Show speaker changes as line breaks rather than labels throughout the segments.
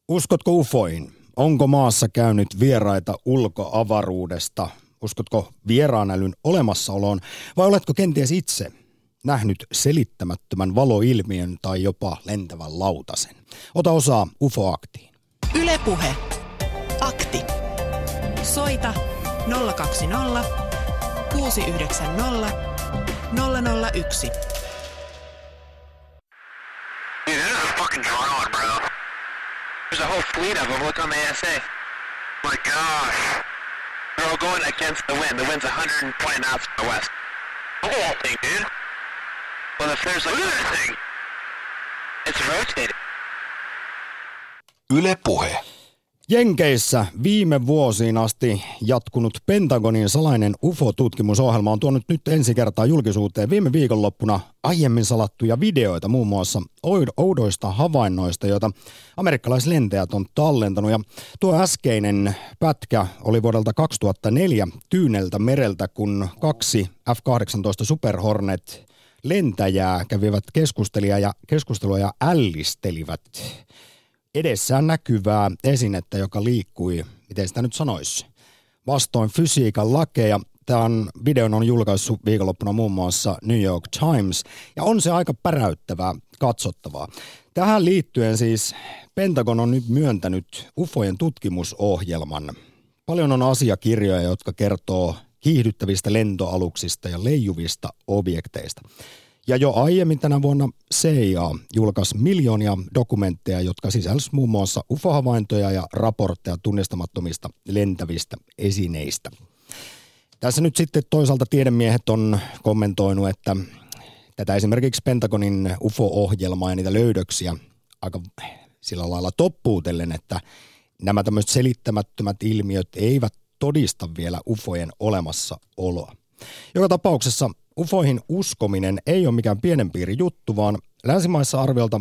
Uskotko ufoihin? Onko maassa käynyt vieraita ulkoavaruudesta? Uskotko vieraan älyn olemassaoloon? Vai oletko kenties itse nähnyt selittämättömän valoilmiön tai jopa lentävän lautasen? Ota osaa UFO-aktiin.
Yle Puhe. Akti. Soita 020 690 001.
Dude, there's a fucking drone, bro. There's a whole fleet of them. Look on the ASA. My gosh. They're all going against the wind. The wind's 120 knots to the west. Look at that thing, dude. Well, if there's like... Look at that thing. It's rotating.
Yle Puhe.
Jenkeissä viime vuosiin asti jatkunut Pentagonin salainen UFO-tutkimusohjelma on tuonut nyt ensi kertaa julkisuuteen viime viikonloppuna aiemmin salattuja videoita muun muassa oudoista havainnoista, joita amerikkalaislentäjät on tallentanut. Ja tuo äskeinen pätkä oli vuodelta 2004 Tyyneltä mereltä, kun 2 F-18 Super Hornet lentäjää kävivät keskustelua ja ällistelivät edessään näkyvää esinettä, joka liikkui, miten sitä nyt sanoisi, vastoin fysiikan lakeja. Tämän videon on julkaissut viikonloppuna muun muassa New York Times, ja on se aika päräyttävää katsottavaa. Tähän liittyen siis Pentagon on nyt myöntänyt UFOjen tutkimusohjelman. Paljon on asiakirjoja, jotka kertoo kiihdyttävistä lentoaluksista ja leijuvista objekteista. Ja jo aiemmin tänä vuonna CIA julkaisi miljoonia dokumentteja, jotka sisälsivät muun muassa UFO-havaintoja ja raportteja tunnistamattomista lentävistä esineistä. Tässä nyt sitten toisaalta tiedemiehet on kommentoinut, että tätä esimerkiksi Pentagonin UFO-ohjelmaa ja niitä löydöksiä aika sillä lailla toppuutellen, että nämä tämmöiset selittämättömät ilmiöt eivät todista vielä UFOjen olemassaoloa. Joka tapauksessa UFOihin uskominen ei ole mikään pienen piiri juttu, vaan länsimaissa arviolta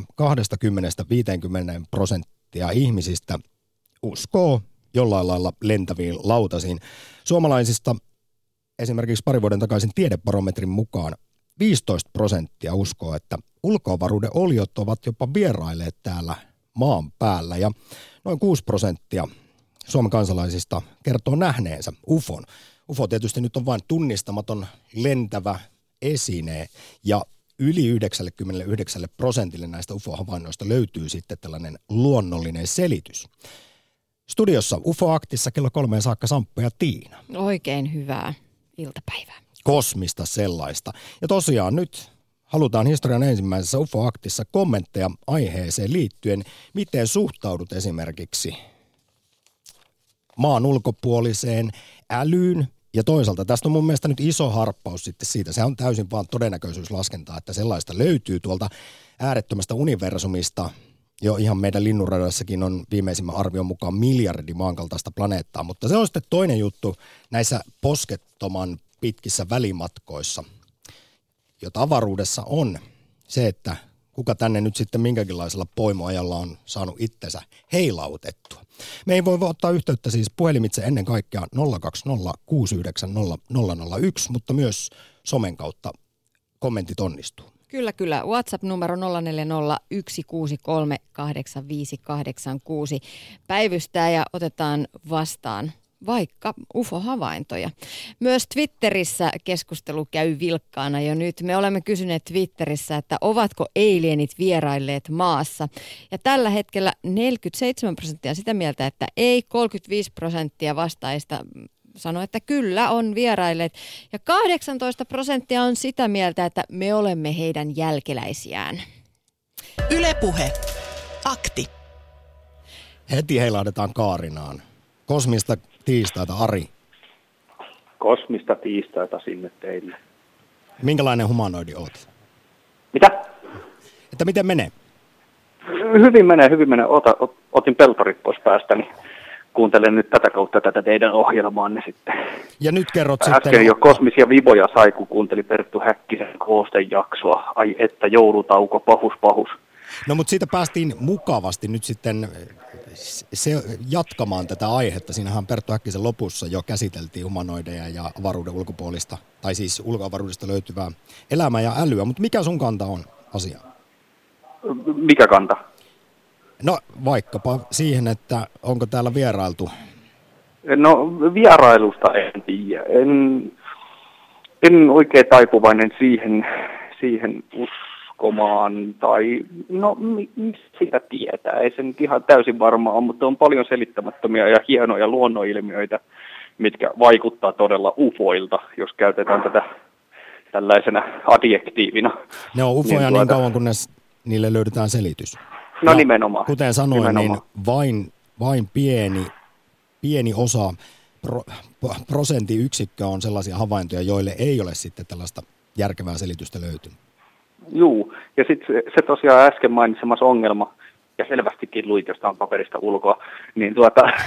20-50% ihmisistä uskoo jollain lailla lentäviin lautasiin. Suomalaisista esimerkiksi pari vuoden takaisin tiedebarometrin mukaan 15% uskoo, että ulkoavaruuden oliot ovat jopa vierailleet täällä maan päällä, ja noin 6% Suomen kansalaisista kertoo nähneensä UFOn. UFO tietysti nyt on vain tunnistamaton lentävä esine, ja yli 99% näistä UFO-havainnoista löytyy sitten tällainen luonnollinen selitys. Studiossa UFO-aktissa kello 3 saakka Samppa ja Tiina.
Oikein hyvää iltapäivää.
Kosmista sellaista. Ja tosiaan nyt halutaan historian ensimmäisessä UFO-aktissa kommentteja aiheeseen liittyen, miten suhtaudut esimerkiksi maan ulkopuoliseen älyyn. Ja toisaalta tästä on mun mielestä nyt iso harppaus sitten siitä. Se on täysin vaan todennäköisyyslaskentaa, että sellaista löytyy tuolta äärettömästä universumista. Jo ihan meidän linnunradassakin on viimeisimmän arvion mukaan miljardi maankaltaista planeettaa. Mutta se on sitten toinen juttu näissä poskettoman pitkissä välimatkoissa, jota avaruudessa on se, että kuka tänne nyt sitten minkäkinlaisella poimoajalla on saanut itsensä heilautettua. Me ei voi ottaa yhteyttä siis puhelimitse ennen kaikkea 020 690 001, mutta myös somen kautta kommentit onnistuu.
Kyllä. WhatsApp-numero 040 163 8586 päivystää ja otetaan vastaan vaikka UFO-havaintoja. Myös Twitterissä keskustelu käy vilkkaana jo nyt. Me olemme kysyneet Twitterissä, että ovatko alienit vierailleet maassa. Ja tällä hetkellä 47% sitä mieltä, että ei, 35% vastaajista sanoi, että kyllä on vierailleet. Ja 18% on sitä mieltä, että me olemme heidän jälkeläisiään.
Yle Puhe. Akti.
Heti heilahdetaan Kaarinaan. Kosmista tiistaita, Ari.
Kosmista tiistaita sinne teille.
Minkälainen humanoidi oot?
Mitä?
Että miten menee?
Hyvin menee. Otin peltorit pois päästä, niin kuuntelen nyt tätä kautta tätä teidän ohjelmaanne sitten.
Ja nyt kerrot
äsken
sitten...
Äsken jo kosmisia viboja sai, kun kuuntelin Perttu Häkkisen Koosten jaksoa. Ai että joulutauko, pahus.
No mutta siitä päästiin mukavasti nyt sitten jatkamaan tätä aihetta. Siinähän Perttu Häkkisen lopussa jo käsiteltiin humanoideja ja avaruuden ulkopuolista, tai siis ulkoavaruudesta löytyvää elämää ja älyä. Mutta mikä sun kanta on asiaan?
Mikä kanta?
No vaikkapa siihen, että onko täällä vierailtu?
No vierailusta en tiedä. En oikein taipuvainen siihen uskomaan tai no sitä tietää. Ei se nyt ihan täysin varmaa ole, mutta on paljon selittämättömiä ja hienoja luonnonilmiöitä, mitkä vaikuttaa todella ufoilta, jos käytetään tätä tällaisena adjektiivina.
Ne on ufoja niin kauan, kunnes niille löydetään selitys.
No ja nimenomaan.
Kuten sanoin, nimenomaan. Niin vain pieni osa, prosenttiyksikkö on sellaisia havaintoja, joille ei ole sitten tällaista järkevää selitystä löytynyt. Juu,
ja sitten se tosiaan äsken mainitsemassa ongelma, ja selvästikin luit jostain paperista ulkoa, niin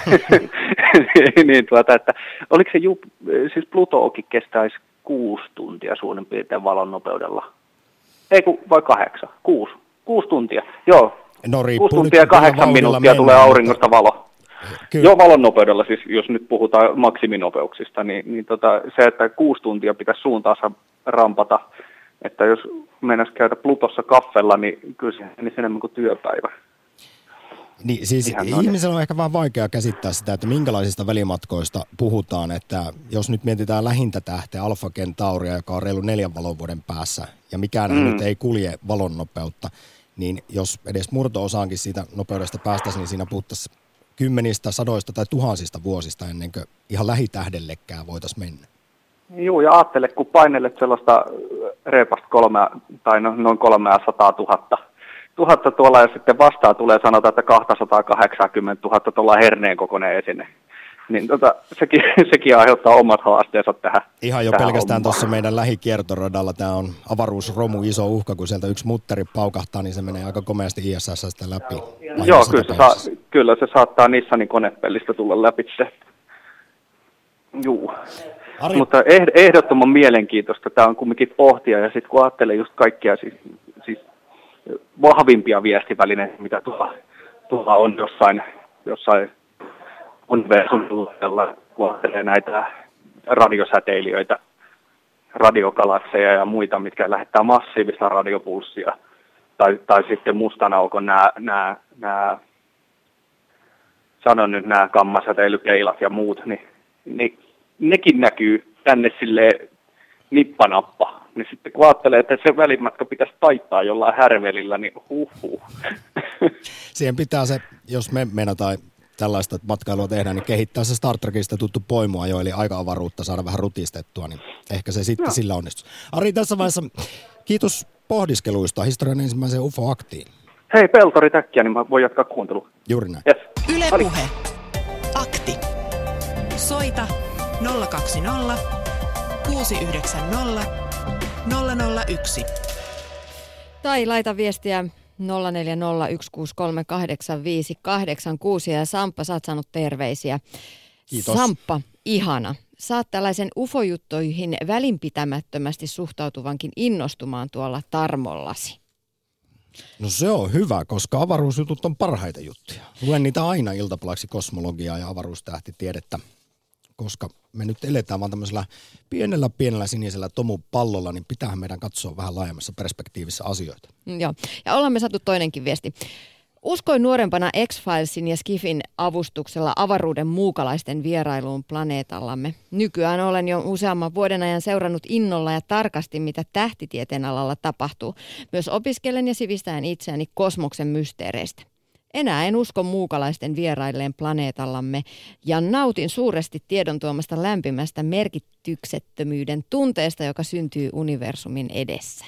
että oliko se siis Plutookin kestäisi 6 tuntia suurin piirtein valon nopeudella? Ei vai 8? 6 tuntia, joo.
No
6 tuntia ja 8 minuuttia tulee auringosta valo. Kyllä. Joo, valon nopeudella siis, jos nyt puhutaan maksiminopeuksista, niin se, että 6 tuntia pitäisi suuntaansa rampata, että jos mennäisi käydä Plutossa kaffella, niin kyllä se menisi enemmän kuin työpäivä.
Niin siis ihmisellä on ehkä vähän vaikea käsittää sitä, että minkälaisista välimatkoista puhutaan, että jos nyt mietitään lähintä tähteä Alpha Centauria, joka on reilu 4 valovuoden päässä, ja mikään nyt ei kulje valon nopeutta, niin jos edes murto-osaankin siitä nopeudesta päästäisiin, niin siinä puhuttaisiin 10, 100 tai 1000 vuosista ennen kuin ihan lähitähdellekään voitaisiin mennä. Joo, ja ajattele, kun painelet sellaista reipasta noin 300 000 tuolla, ja sitten vastaan tulee sanotaan, että 280 000 tuolla herneen kokoinen esine. Niin sekin aiheuttaa omat haasteensa tähän. Ihan jo pelkästään tuossa meidän lähikiertoradalla tämä on avaruusromu iso uhka, kun sieltä yksi mutteri paukahtaa, niin se menee aika komeasti ISS:stä läpi. Joo, kyllä se saattaa Nissanin konepellistä tulla läpi se. Juu. Mutta ehdottoman mielenkiintoista tämä on kumminkin pohtia, ja sitten kun ajattelee just kaikkia siis vahvimpia viestivälineitä, mitä tuolla on jossain universumilla, kun ajattelee näitä radiosäteilijöitä, radiogalakseja ja muita, mitkä lähettää massiivista radiopulssia, tai sitten mustana aukon nämä sanon nyt nämä gammasäteilykeilat ja muut, niin nekin näkyy tänne silleen nippanappa. Niin sitten kun ajattelee, että se välimatka pitäisi taittaa jollain härvelillä, niin Siihen pitää se, jos me meinataan tällaista matkailua tehdään, niin kehittää se Star Trekista tuttu poimuajo, eli aika-avaruutta saada vähän rutistettua, niin ehkä se sitten sillä onnistuu. Ari, tässä vaiheessa kiitos pohdiskeluista historian ensimmäiseen UFO-aktiin. Hei, peltori täkkiä, niin mä voin jatkaa kuuntelua. Juuri näin. Yes.
Yle Puhe. Akti. Soita 020 690 001.
Tai laita viestiä 0401638586 ja Samppa, sä oot saanut terveisiä. Kiitos. Samppa, ihana. Saat tällaisen ufojuttuihin välinpitämättömästi suhtautuvankin innostumaan tuolla tarmollasi.
No se on hyvä, koska avaruusjutut on parhaita juttuja. Luen niitä aina iltapalaksi kosmologiaa ja avaruustähtitiedettä, koska me nyt eletään vaan tämmöisellä pienellä sinisellä tomupallolla, niin pitäähän meidän katsoa vähän laajemmassa perspektiivissä asioita.
Joo, ja ollaan me saatu toinenkin viesti. Uskoin nuorempana X-Filesin ja Skifin avustuksella avaruuden muukalaisten vierailuun planeetallamme. Nykyään olen jo useamman vuoden ajan seurannut innolla ja tarkasti, mitä tähtitieteen alalla tapahtuu. Myös opiskelen ja sivistän itseäni kosmoksen mysteereistä. Enää en usko muukalaisten vierailleen planeetallamme ja nautin suuresti tiedon tuomasta lämpimästä merkityksettömyyden tunteesta, joka syntyy universumin edessä.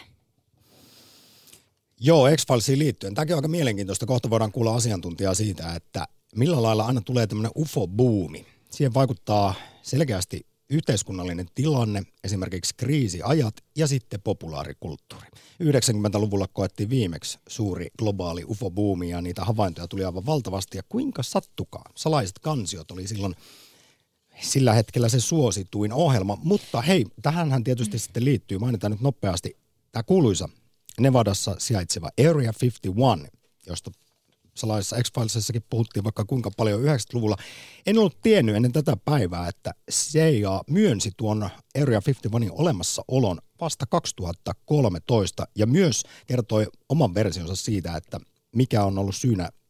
Joo, X-Filesiin liittyen. Tämäkin on aika mielenkiintoista. Kohta voidaan kuulla asiantuntijaa siitä, että millä lailla aina tulee tämmöinen UFO-buumi. Siihen vaikuttaa selkeästi yhteiskunnallinen tilanne, esimerkiksi kriisiajat ja sitten populaarikulttuuri. 90-luvulla koettiin viimeksi suuri globaali UFO-buumi ja niitä havaintoja tuli aivan valtavasti. Ja kuinka sattukaan? Salaiset kansiot oli silloin sillä hetkellä se suosituin ohjelma. Mutta hei, tähänhän tietysti sitten liittyy, mainitaan nyt nopeasti, tämä kuuluisa Nevadassa sijaitseva Area 51, josta salaisessa X-Filesissakin puhuttiin vaikka kuinka paljon 90-luvulla. En ollut tiennyt ennen tätä päivää, että CIA myönsi tuon Area 51 olemassaolon vasta 2013 ja myös kertoi oman versionsa siitä, että mikä on ollut syynä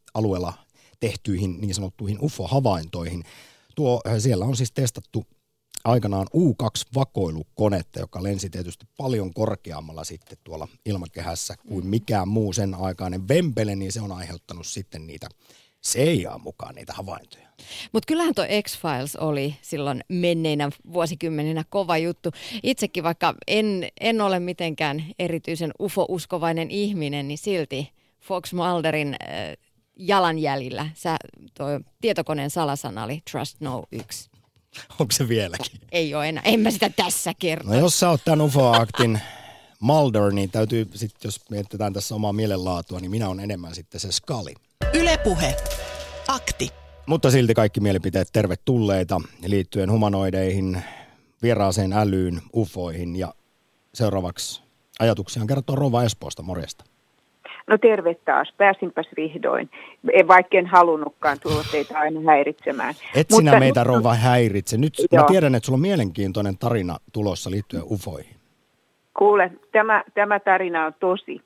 alueella tehtyihin niin sanottuihin UFO-havaintoihin. Siellä on siis testattu aikanaan U-2-vakoilukonetta, joka lensi tietysti paljon korkeammalla sitten tuolla ilmakehässä kuin mikään muu sen aikainen vempele, niin se on aiheuttanut sitten niitä CIA mukaan niitä havaintoja.
Mutta kyllähän tuo X-Files oli silloin menneinä vuosikymmeninä kova juttu. Itsekin vaikka en ole mitenkään erityisen UFO-uskovainen ihminen, niin silti Fox Mulderin jalanjäljillä tuo tietokoneen salasana oli Trust No 1.
Onko se vieläkin?
Ei ole enää. En mä sitä tässä kertoa.
No jos sä oot tämän UFO-aktin Mulder, niin täytyy sitten, jos mietitään tässä omaa mielenlaatua, niin minä on enemmän sitten se Scully.
Yle Puhe. Akti.
Mutta silti kaikki mielipiteet tervetulleita liittyen humanoideihin, vieraaseen älyyn, ufoihin ja seuraavaksi ajatuksia kertoo Rouva Espoosta. Morjesta.
No terve taas, pääsinpäs vihdoin, vaikka en halunnutkaan tulla teitä aina häiritsemään.
Sinä meitä Rouva häiritse. Nyt mä tiedän, että sulla on mielenkiintoinen tarina tulossa liittyen ufoihin.
Kuule, tämä tarina on tosi.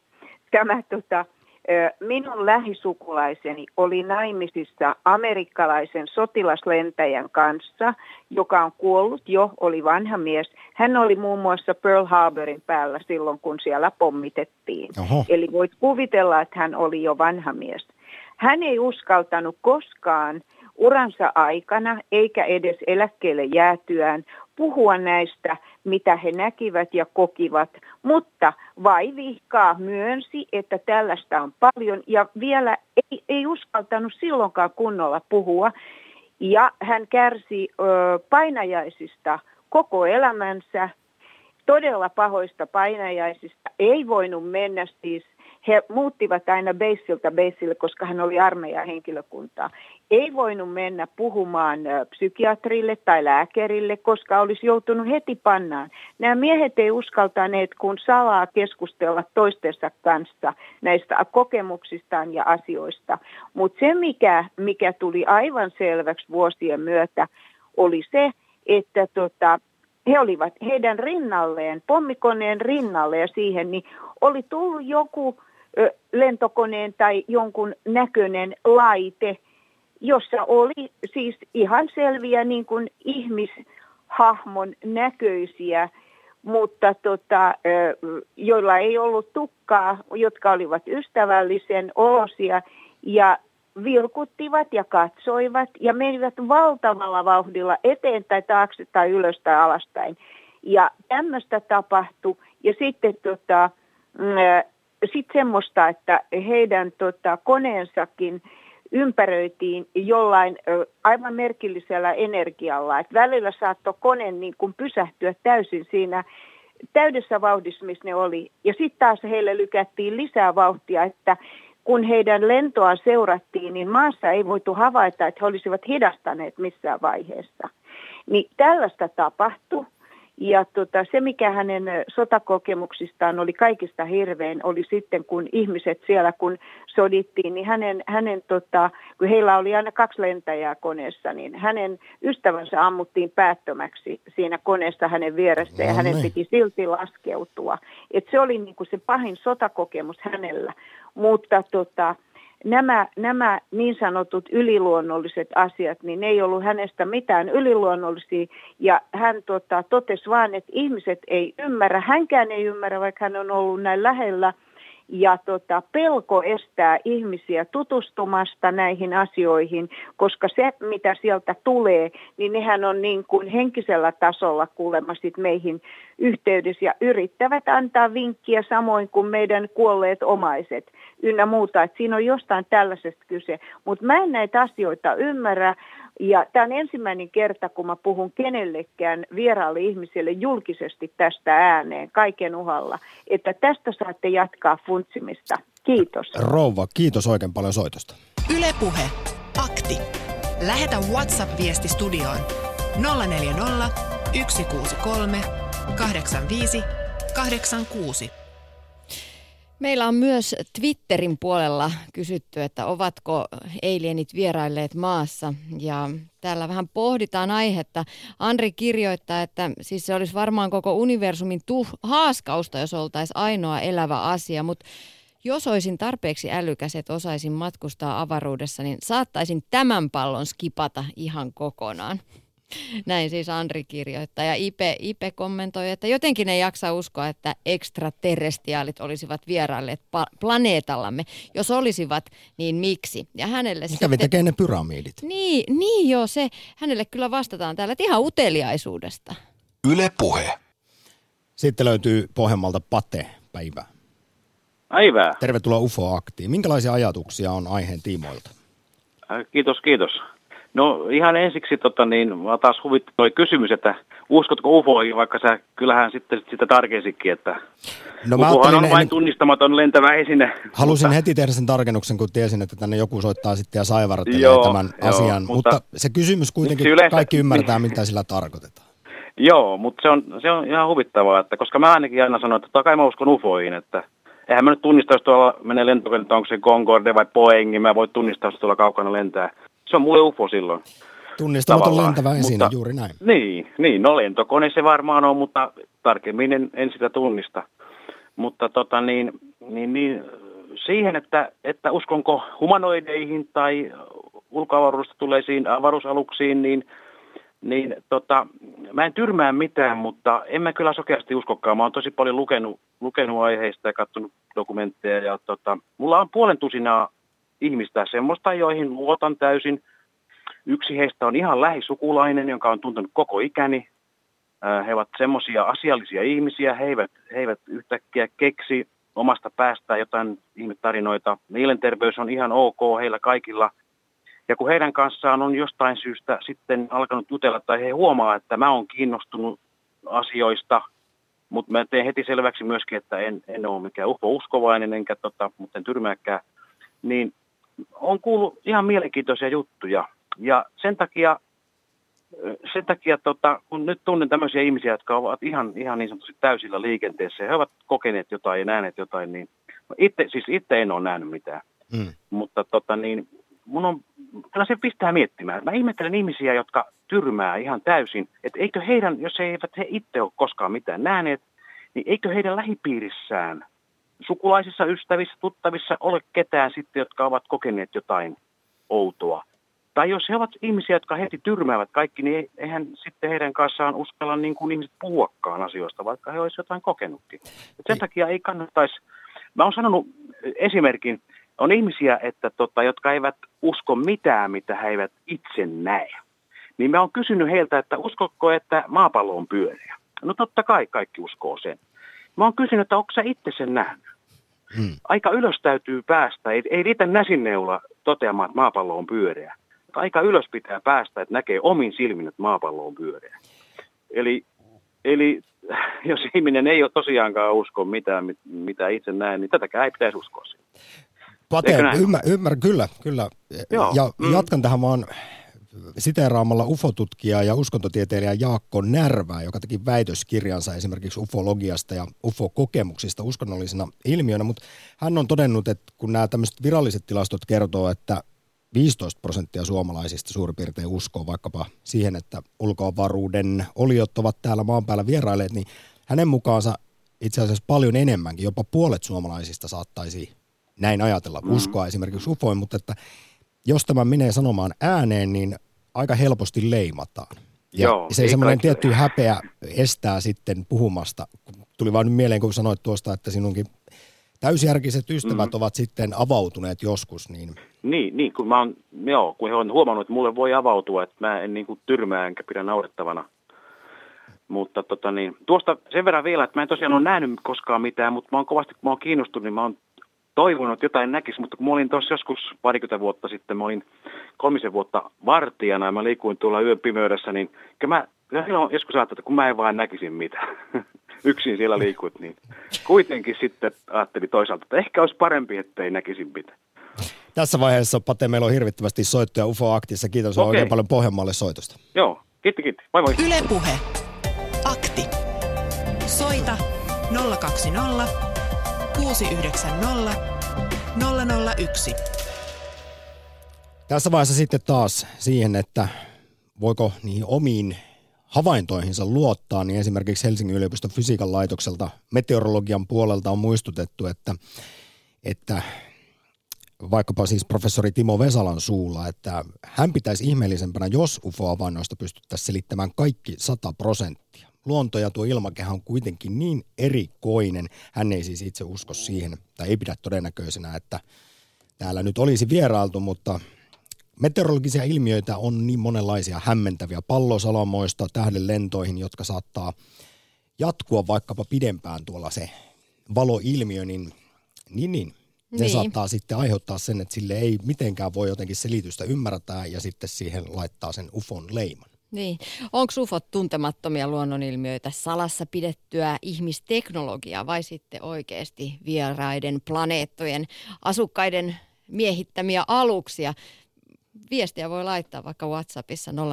Minun lähisukulaiseni oli naimisissa amerikkalaisen sotilaslentäjän kanssa, joka on kuollut jo, oli vanha mies. Hän oli muun muassa Pearl Harborin päällä silloin, kun siellä pommitettiin.
Oho.
Eli voit kuvitella, että hän oli jo vanha mies. Hän ei uskaltanut koskaan uransa aikana, eikä edes eläkkeelle jäätyään, puhua näistä, mitä he näkivät ja kokivat, mutta vaivihkaa myönsi, että tällaista on paljon ja vielä ei uskaltanut silloinkaan kunnolla puhua. Ja hän kärsi painajaisista koko elämänsä, todella pahoista painajaisista, ei voinut mennä siis. He muuttivat aina beissiltä beissille, koska hän oli armeijan henkilökuntaa. Ei voinut mennä puhumaan psykiatrille tai lääkärille, koska olisi joutunut heti pannaan. Nämä miehet ei uskaltaneet kun salaa keskustella toistensa kanssa näistä kokemuksistaan ja asioista. Mutta se, mikä tuli aivan selväksi vuosien myötä, oli se, että he olivat heidän rinnalleen, pommikoneen rinnalle ja siihen, niin oli tullut joku lentokoneen tai jonkun näköinen laite, jossa oli siis ihan selviä niin kuin ihmishahmon näköisiä, mutta joilla ei ollut tukkaa, jotka olivat ystävällisen olosia ja vilkuttivat ja katsoivat ja menivät valtavalla vauhdilla eteen tai taakse tai ylös tai alaspäin. Ja tämmöistä tapahtui ja sitten sitten semmoista, että heidän koneensakin ympäröitiin jollain aivan merkillisellä energialla. Että välillä saattoi kone niin kuin pysähtyä täysin siinä täydessä vauhdissa, missä ne oli. Ja sitten taas heille lykättiin lisää vauhtia, että kun heidän lentoa seurattiin, niin maassa ei voitu havaita, että he olisivat hidastaneet missään vaiheessa. Niin tällaista tapahtui. Ja se, mikä hänen sotakokemuksistaan oli kaikista hirvein, oli sitten, kun ihmiset siellä, kun sodittiin, niin kun heillä oli aina 2 lentäjää koneessa, niin hänen ystävänsä ammuttiin päättömäksi siinä koneessa hänen vieressä ja hänen piti silti laskeutua. Et se oli niin kuin se pahin sotakokemus hänellä, mutta nämä niin sanotut yliluonnolliset asiat, niin ne ei ollut hänestä mitään yliluonnollisia. Ja hän totesi vaan, että ihmiset ei ymmärrä, hänkään ei ymmärrä, vaikka hän on ollut näin lähellä. Ja pelko estää ihmisiä tutustumasta näihin asioihin, koska se, mitä sieltä tulee, niin nehän on niin kuin henkisellä tasolla kuulemma sit meihin yhteydessä ja yrittävät antaa vinkkiä samoin kuin meidän kuolleet omaiset ynnä muuta. Että siinä on jostain tällaisesta kyse, mutta mä en näitä asioita ymmärrä. Ja tämä on ensimmäinen kerta, kun mä puhun kenellekään vieraalle ihmiselle julkisesti tästä ääneen, kaiken uhalla, että tästä saatte jatkaa funtsimista. Kiitos.
Rouva, kiitos oikein paljon soitosta.
Yle Puhe. Akti. Lähetä WhatsApp-viesti studioon 040 163 85 86.
Meillä on myös Twitterin puolella kysytty, että ovatko alienit vierailleet maassa, ja täällä vähän pohditaan aihetta. Andri kirjoittaa, että siis se olisi varmaan koko universumin haaskausta, jos oltaisiin ainoa elävä asia, mutta Jos olisin tarpeeksi älykäs, että osaisin matkustaa avaruudessa, niin saattaisin tämän pallon skipata ihan kokonaan. Näin siis Andri kirjoittaa. Ja Ipe kommentoi, että jotenkin ei jaksa uskoa, että ekstraterrestiaalit olisivat vierailleet planeetallamme. Jos olisivat, niin miksi? Ja hänelle
kävi tekee ne pyramidit.
Niin joo, se hänelle kyllä vastataan täällä, että ihan uteliaisuudesta.
Yle Puhe.
Sitten löytyy Pohjanmaalta Pate. Päivää.
Päivää.
Tervetuloa UFO-aktiin. Minkälaisia ajatuksia on aiheen tiimoilta?
Kiitos. No ihan ensiksi mä taas huvitti toi kysymys, että uskotko UFOihin, vaikka sä kyllähän sitten sitä tarkensikin, että UFOhan on vain tunnistamaton lentävä esine.
Halusin heti tehdä sen tarkennuksen, kun tiesin, että tänne joku soittaa sitten ja saivartelee tämän asian, mutta se kysymys kuitenkin kaikki ymmärtää, mitä sillä tarkoitetaan.
Joo, mutta se on ihan huvittavaa, että koska mä ainakin aina sanon, että totta kai mä uskon UFOihin, että eihän mä nyt tunnista, jos tuolla menee lentokenttä, onko se Concorde vai Boeing, mä voin tunnistaa, jos tuolla kaukana lentää. Se on mulle UFO silloin.
Tunnistamaton lentävä esine, juuri näin.
Niin, no lentokone se varmaan on, mutta tarkemmin en sitä tunnista. Mutta siihen, että uskonko humanoideihin tai ulkoavaruudesta tuleisiin avaruusaluksiin, niin mä en tyrmää mitään, mutta en mä kyllä sokeasti uskokaan. Mä oon tosi paljon lukenut aiheista ja katsonut dokumentteja. Ja mulla on 500 ihmistä semmoista, joihin luotan täysin. Yksi heistä on ihan lähisukulainen, jonka on tuntenut koko ikäni. He ovat semmoisia asiallisia ihmisiä. He eivät yhtäkkiä keksi omasta päästään jotain ihmetarinoita. Mielenterveys on ihan ok heillä kaikilla. Ja kun heidän kanssaan on jostain syystä sitten alkanut jutella tai he huomaa, että mä oon kiinnostunut asioista, mutta mä teen heti selväksi myöskin, että en ole mikään UFO-uskovainen enkä mutta en tyrmääkään, niin on kuullut ihan mielenkiintoisia juttuja. Ja sen takia kun nyt tunnen tämmöisiä ihmisiä, jotka ovat ihan niin sanotusti täysillä liikenteessä ja he ovat kokeneet jotain ja nähneet jotain, niin itse en ole nähnyt mitään. Mutta kyllä se pistää miettimään. Mä ihmettelen ihmisiä, jotka tyrmää ihan täysin, että eikö heidän, jos eivät he itse ole koskaan mitään nähneet, niin eikö heidän lähipiirissään, sukulaisissa, ystävissä, tuttavissa ole ketään sitten, jotka ovat kokeneet jotain outoa. Tai jos he ovat ihmisiä, jotka heti tyrmäävät kaikki, niin eihän sitten heidän kanssaan uskalla niin kuin ihmiset puhuakaan asioista, vaikka he olisivat jotain kokenutkin. Et sen takia ei kannattaisi, mä oon sanonut esimerkin, on ihmisiä, jotka eivät usko mitään, mitä he eivät itse näe. Niin mä oon kysynyt heiltä, että uskotko, että maapallo on pyöreä? No totta kai kaikki uskoo sen. Mä oon kysynyt, että onko sä itse sen nähnyt? Aika ylös täytyy päästä. Ei riitä näsinneula toteamaan, että maapallo on pyöreä. Aika ylös pitää päästä, että näkee omin silmin, että maapallo on pyöreä. Eli jos ihminen ei ole tosiaankaan usko mitään, mitä itse näe, niin tätäkään ei pitäisi uskoa siihen.
Pate, ymmärrän, kyllä. Joo. Ja jatkan tähän vaan siteeraamalla UFO-tutkijaa ja uskontotieteilijä Jaakko Närvää, joka teki väitöskirjansa esimerkiksi ufologiasta ja UFO-kokemuksista uskonnollisena ilmiönä, mutta hän on todennut, että kun nämä tämmöiset viralliset tilastot kertoo, että 15% suomalaisista suurin piirtein uskoo vaikkapa siihen, että ulkoavaruuden oliot ovat täällä maan päällä vierailleet, niin hänen mukaansa itse asiassa paljon enemmänkin, jopa puolet suomalaisista saattaisi näin ajatella, uskoa esimerkiksi ufoin, mutta että jos tämä menee sanomaan ääneen, niin aika helposti leimataan. Ja joo, se semmoinen tietty häpeä estää sitten puhumasta. Tuli vaan nyt mieleen, kun sanoit tuosta, että sinunkin täysjärkiset ystävät ovat sitten avautuneet joskus.
Niin kun kun he on huomannut, että mulle voi avautua, että mä en niin kuin tyrmää enkä pidä naurettavana. Mutta tuosta sen verran vielä, että mä en tosiaan ole nähnyt koskaan mitään, mutta mä oon kovasti, kun mä oon kiinnostunut, niin mä oon toivonut, että jotain näkisi, mutta kun mä olin tuossa joskus 20 vuotta sitten, mä olin 3 vuotta vartijana ja mä liikuin tuolla yön pimeydessä, niin mä joskus ajattelin, että kun mä en vaan näkisin mitään. Yksin siellä liikuit, niin kuitenkin sitten ajattelin toisaalta, että ehkä olisi parempi, ettei näkisi mitään.
Tässä vaiheessa, Pate, meillä on hirvittävästi soittoja UFO-aktissa. Kiitos oikein paljon Pohjanmaalle soitosta.
Joo, kiitti. Moi moi.
Yle Puhe. Akti. Soita 020 690 001.
Tässä vaiheessa sitten taas siihen, että voiko niihin omiin havaintoihinsa luottaa, niin esimerkiksi Helsingin yliopiston fysiikan laitokselta meteorologian puolelta on muistutettu, että että vaikkapa siis professori Timo Vesalan suulla, että hän pitäisi ihmeellisempänä, jos UFO-havainnoista pystyttäisiin selittämään kaikki 100%. Luonto ja tuo ilmakehä on kuitenkin niin erikoinen. Hän ei siis itse usko siihen, tai ei pidä todennäköisenä, että täällä nyt olisi vierailtu, mutta meteorologisia ilmiöitä on niin monenlaisia hämmentäviä pallosalamoista tähdenlentoihin, jotka saattaa jatkua vaikkapa pidempään tuolla se valoilmiö, niin ne saattaa sitten aiheuttaa sen, että sille ei mitenkään voi jotenkin selitystä ymmärtää ja sitten siihen laittaa sen UFOn leiman.
Niin. Onko UFOt tuntemattomia luonnonilmiöitä, salassa pidettyä ihmisteknologiaa vai sitten oikeasti vieraiden planeettojen asukkaiden miehittämiä aluksia? Viestiä voi laittaa vaikka WhatsAppissa 0401638586.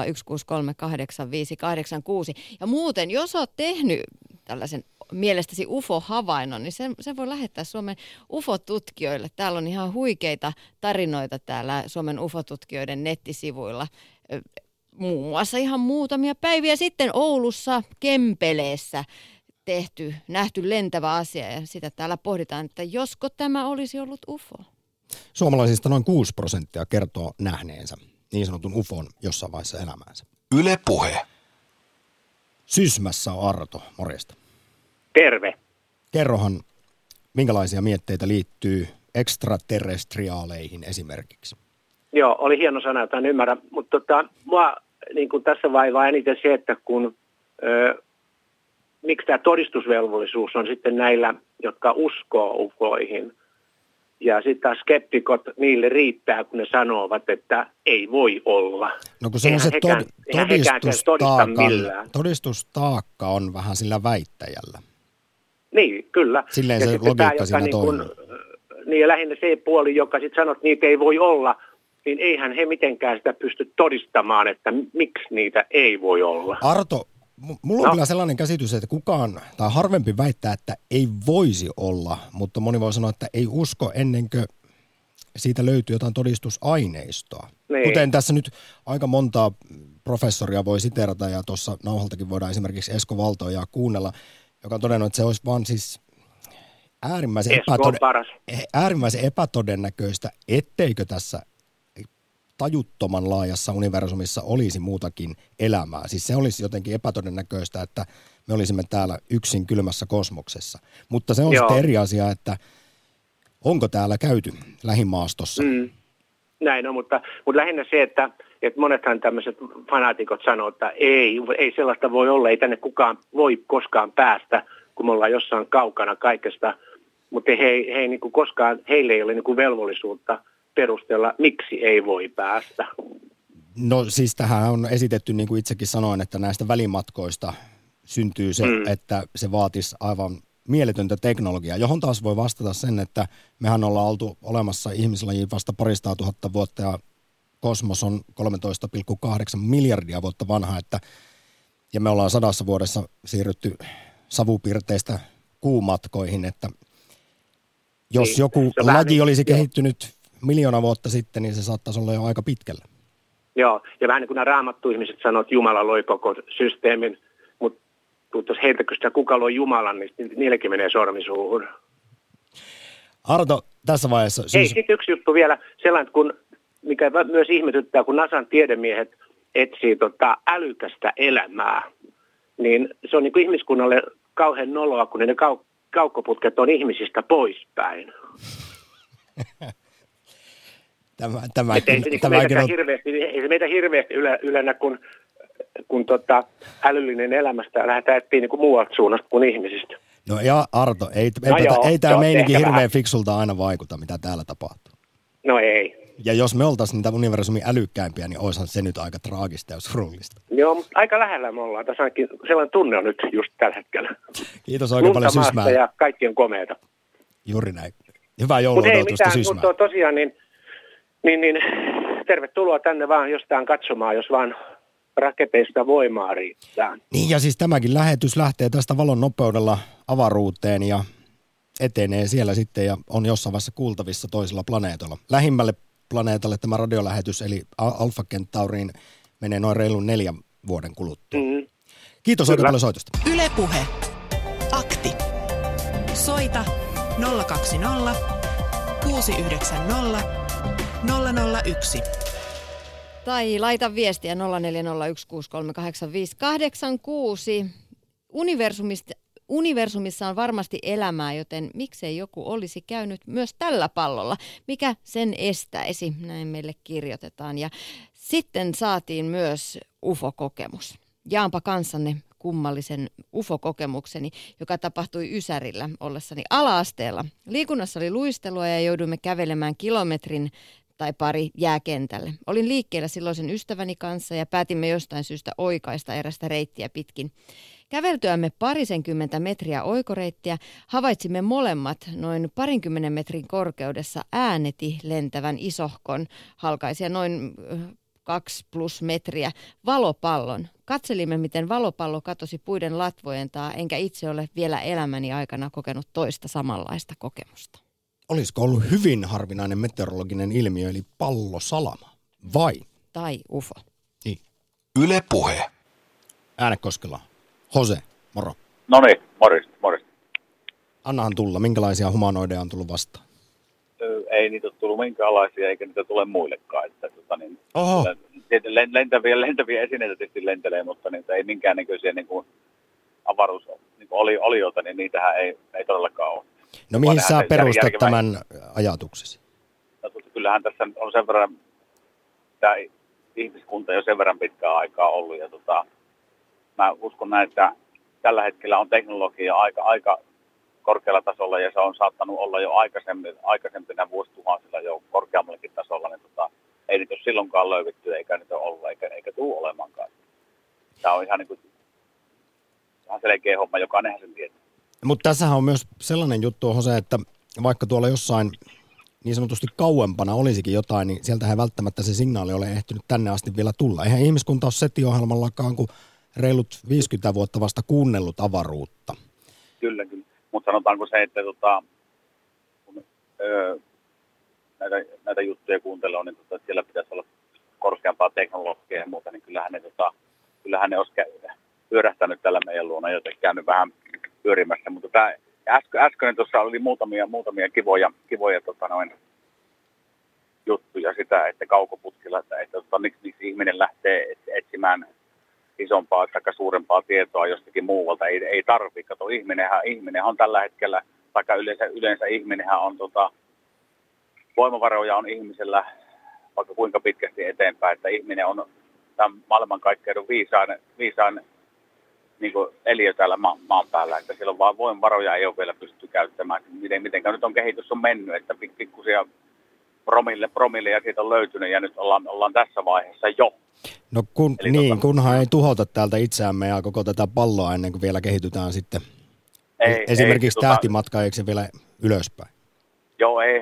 Ja muuten, jos olet tehnyt tällaisen mielestäsi UFO-havainnon, niin se voi lähettää Suomen UFO-tutkijoille. Täällä on ihan huikeita tarinoita täällä Suomen UFO-tutkijoiden nettisivuilla. Muun muassa ihan muutamia päiviä sitten Oulussa Kempeleessä nähty lentävä asia. Ja sitä täällä pohditaan, että josko tämä olisi ollut UFO.
Suomalaisista noin 6% kertoo nähneensä niin sanotun UFOn jossain vaiheessa elämäänsä.
Yle Puhe.
Sysmässä on Arto, morjesta.
Terve.
Kerrohan, minkälaisia mietteitä liittyy ekstraterrestriaaleihin esimerkiksi?
Joo, oli hieno sana, jota en ymmärrä, mutta mua niin kuin tässä vaivaa eniten se, että miksi tämä todistusvelvollisuus on sitten näillä, jotka uskoo ufoihin. Ja sitten taas skeptikot, niille riittää, kun ne sanovat, että ei voi olla.
No kun se on se todistustaakka on vähän sillä väittäjällä.
Niin, kyllä.
Silleen se logiikka siinä toimii.
Niin ja lähinnä se puoli, joka sitten sanoo, että niitä ei voi olla, niin eihän he mitenkään sitä pysty todistamaan, että miksi niitä ei voi olla.
Arto, mulla on kyllä sellainen käsitys, että kukaan tai harvempi väittää, että ei voisi olla, mutta moni voi sanoa, että ei usko ennen kuin siitä löytyy jotain todistusaineistoa. Niin. Kuten tässä nyt aika montaa professoria voi siteerata ja tuossa nauhaltakin voidaan esimerkiksi Esko Valtoja kuunnella, joka on todennut, että se olisi vaan siis äärimmäisen epätodennäköistä, etteikö tässä tajuttoman laajassa universumissa olisi muutakin elämää. Siis se olisi jotenkin epätodennäköistä, että me olisimme täällä yksin kylmässä kosmoksessa. Mutta se on sitten eri asia, että onko täällä käyty lähimaastossa.
Näin on, mutta lähinnä se, että monethan tämmöiset fanaatikot sanoo, että ei sellaista voi olla, ei tänne kukaan voi koskaan päästä, kun me ollaan jossain kaukana kaikesta, mutta he niin kuin koskaan, heille ei ole niin kuin velvollisuutta perustella, miksi ei voi päästä.
No siis tähän on esitetty, niin kuin itsekin sanoin, että näistä välimatkoista syntyy se, että se vaatisi aivan mieletöntä teknologiaa, johon taas voi vastata sen, että mehän ollaan oltu olemassa ihmislajiin vasta 200 000 vuotta ja kosmos on 13,8 miljardia vuotta vanha, ja me ollaan 100 vuodessa siirrytty savupirteistä kuumatkoihin, että jos niin, joku laji olisi kehittynyt 1 miljoona vuotta sitten, niin se saattaisi olla jo aika pitkällä.
Joo, ja vähän niin kuin nämä raamattu-ihmiset sanoo, että Jumala loi koko systeemin, mutta jos heiltä kysytään, kuka loi Jumalan, niin niillekin menee sormi suuhun.
Arto, tässä vaiheessa...
Sitten yksi juttu vielä, sellainen, mikä myös ihmetyttää, kun NASAn tiedemiehet etsii älykästä elämää, niin se on niin kuin ihmiskunnalle kauhean noloa, kun ne kaukkoputket on ihmisistä poispäin. Ei se meitä hirveästi ylennä, kun älyllinen elämästä lähdetään etsiä niin kuin muualta suunnasta kuin ihmisistä.
No ja Arto, ei tämä meininki hirveän fiksulta aina vaikuta, mitä täällä tapahtuu.
No ei.
Ja jos me oltaisiin niitä universumin älykkäimpiä, niin olisihan se nyt aika traagista ja surullista.
Joo, mutta aika lähellä me ollaan. Tässä ainakin sellainen tunne on nyt just tällä hetkellä.
Kiitos oikein paljon Sysmää.
Ja kaikki on komeata.
Juuri näin. Hyvää jouluodotusta Sysmää.
Mutta tosiaan, niin tervetuloa tänne vaan jostain katsomaan, jos vaan raketeista voimaa riittää.
Niin ja siis tämäkin lähetys lähtee tästä valon nopeudella avaruuteen ja etenee siellä sitten ja on jossain vaiheessa kuultavissa toisella planeetalla. Lähimmälle planeetalle tämä radiolähetys eli Alpha Centauriin menee noin reilun 4 vuoden kuluttua. Kiitos oikein paljon soitosta.
Yle Puhe. Akti. Soita 020 690 001.
Tai laita viestiä 0401638586. Universumissa on varmasti elämää, joten miksei joku olisi käynyt myös tällä pallolla? Mikä sen estäisi? Näin meille kirjoitetaan. Ja sitten saatiin myös UFO-kokemus. Jaanpa kanssanne kummallisen UFO-kokemukseni, joka tapahtui Ysärillä ollessani ala-asteella. Liikunnassa oli luistelua ja jouduimme kävelemään kilometrin tai pari jääkentälle. Olin liikkeellä silloisen ystäväni kanssa ja päätimme jostain syystä oikaista erästä reittiä pitkin. Käveltyämme 20 metriä oikoreittiä havaitsimme molemmat noin 20 metrin korkeudessa ääneti lentävän isohkon, halkaisia noin 2+ metriä, valopallon. Katselimme, miten valopallo katosi puiden latvojen taa, enkä itse ole vielä elämäni aikana kokenut toista samanlaista kokemusta.
Olisiko ollut hyvin harvinainen meteorologinen ilmiö, eli pallosalama, vai?
Tai UFO.
Niin.
Yle Puhe.
Äänekoskela. Jose, moro.
No niin, morjesta.
Annahan tulla, minkälaisia humanoideja on tullut vastaan?
Ei niitä ole tullut minkäänlaisia, eikä niitä tule muillekaan. Että,
Oho.
Lentäviä esineitä tietysti lentelee, mutta niitä ei minkäännäköisiä niin avaruus niin olijoita, niin niitähän ei todellakaan ole.
No mihin sä perustat tämän ajatuksesi?
No, kyllähän tässä on sen verran, tämä ihmiskunta jo sen verran pitkään aikaa ollut. Ja mä uskon näin, että tällä hetkellä on teknologia aika korkealla tasolla ja se on saattanut olla jo aikaisempina vuosituhansilla jo korkeammallakin tasolla. Niin ei niitä ole silloinkaan löydetty eikä niitä ole ollut eikä tule olemaankaan. Tämä on ihan selkeä homma, jokainenhan sen tietää.
Mutta tässähän on myös sellainen juttu, Jose, että vaikka tuolla jossain niin sanotusti kauempana olisikin jotain, niin sieltähän ei välttämättä se signaali ole ehtinyt tänne asti vielä tulla. Eihän ihmiskunta ole SETI-ohjelmallakaan kuin reilut 50 vuotta vasta kuunnellut avaruutta.
Kyllä. Mutta sanotaanko se, että kun näitä juttuja kuuntelee, niin siellä pitäisi olla korkeampaa teknologiaa ja muuta, niin kyllähän ne olisi pyörähtänyt tällä meidän luona, joten käynyt vähän pyörimässä. Mutta tämä äsken tuossa oli muutamia kivoja juttuja sitä, että kaukoputkilla, että miksi ihminen lähtee etsimään isompaa tai suurempaa tietoa jostakin muualta. Ei tarvitse. Kato, ihminenhän on tällä hetkellä, vaikka yleensä ihminenhän on, voimavaroja on ihmisellä vaikka kuinka pitkästi eteenpäin, että ihminen on tämän maailmankaikkeuden viisaan niin kuin eliö täällä maan päällä, että silloin vaan voimavaroja ei ole vielä pystytty käyttämään. Mitenkä nyt on kehitys on mennyt, että pikkusia promille ja siitä on löytynyt ja nyt ollaan tässä vaiheessa jo.
No kunhan ei tuhota täältä itseämme ja koko tätä palloa ennen kuin vielä kehitytään sitten esimerkiksi tähtimatkaajiksi vielä ylöspäin.
Joo, ei,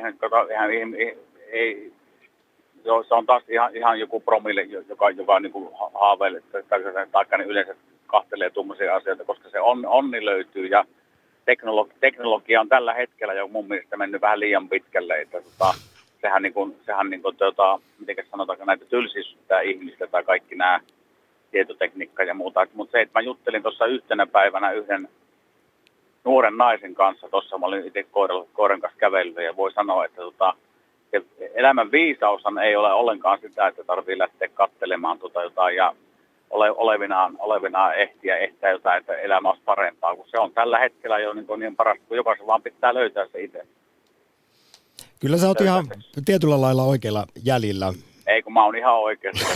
se on taas ihan joku promille, joka niin kuin haaveilee, tai yleensä kahtelee tuommoisia asioita, koska se onni löytyy ja teknologia on tällä hetkellä jo mun mielestä mennyt vähän liian pitkälle, että sehän miten sanotaanko näitä tylsistyttää ihmistä tai kaikki nämä tietotekniikka ja muuta. Mutta se, että mä juttelin tuossa yhtenä päivänä yhden nuoren naisen kanssa, tuossa mä olin itse koiran kanssa kävellyt ja voi sanoa, että elämän viisaushan ei ole ollenkaan sitä, että tarvitsee lähteä katselemaan jotain ja olevinaan ehtää jotain, että elämä olisi parempaa, kun se on tällä hetkellä jo niin parasta, kun jokaisen vaan pitää löytää se itse.
Kyllä sä oot ihan tietyllä lailla oikealla jäljillä.
Ei, kun mä oon ihan oikeassa.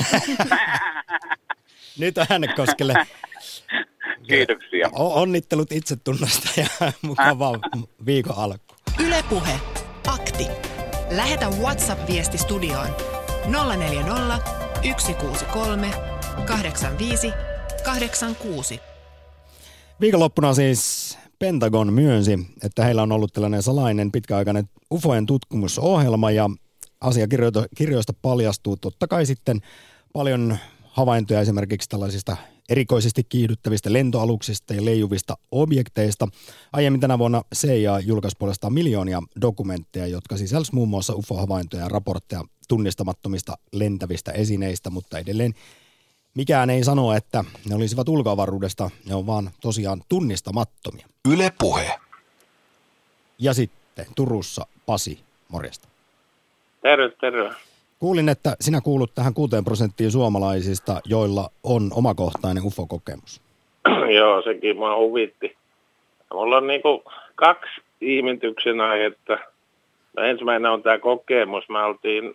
Nyt Äänekoskelle.
Kiitoksia.
Onnittelut itsetunnosta ja mukavaa viikon alku.
Yle Puhe. Akti. Lähetä WhatsApp-viesti studioon 040 163 85 86.
Viikonloppuna siis Pentagon myönsi, että heillä on ollut tällainen salainen pitkäaikainen UFOjen tutkimusohjelma ja asiakirjoista paljastuu totta kai sitten paljon havaintoja esimerkiksi tällaisista erikoisesti kiihdyttävistä lentoaluksista ja leijuvista objekteista. Aiemmin tänä vuonna CIA julkaisi puolestaan miljoonia dokumentteja, jotka sisälsivät muun muassa UFO-havaintoja ja raportteja tunnistamattomista lentävistä esineistä, mutta edelleen mikään ei sano, että ne olisivat ulkoavaruudesta, ne on vaan tosiaan tunnistamattomia.
Yle Puhe.
Ja sitten Turussa Pasi, morjesta.
Terve.
Kuulin, että sinä kuulut tähän 6% suomalaisista, joilla on omakohtainen UFO-kokemus.
Joo, sekin mua huvitti. Mulla on niinku 2 ihmetyksen aihetta. No, ensimmäinen on tämä kokemus. Mä olin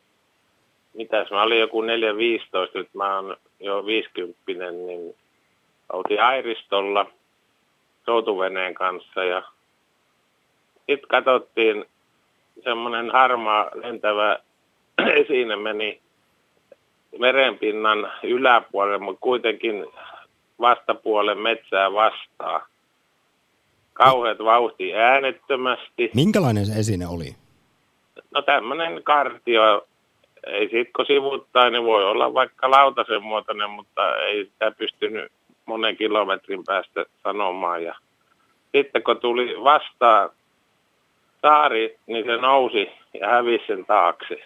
joku 4-15, nyt mä oon jo 50, niin oltiin Airistolla soutuveneen kanssa ja sitten katsottiin semmoinen harmaa lentävä esine meni merenpinnan yläpuolelle, mutta kuitenkin vastapuolen metsää vastaan. Kauheat vauhti äänettömästi.
Minkälainen se esine oli?
No tämmöinen kartio. Ei siitä kun sivuttainen voi olla vaikka lautasen muotoinen, mutta ei sitä pystynyt monen kilometrin päästä sanomaan. Ja sitten kun tuli vastaan saari, niin se nousi ja hävisi sen taakse.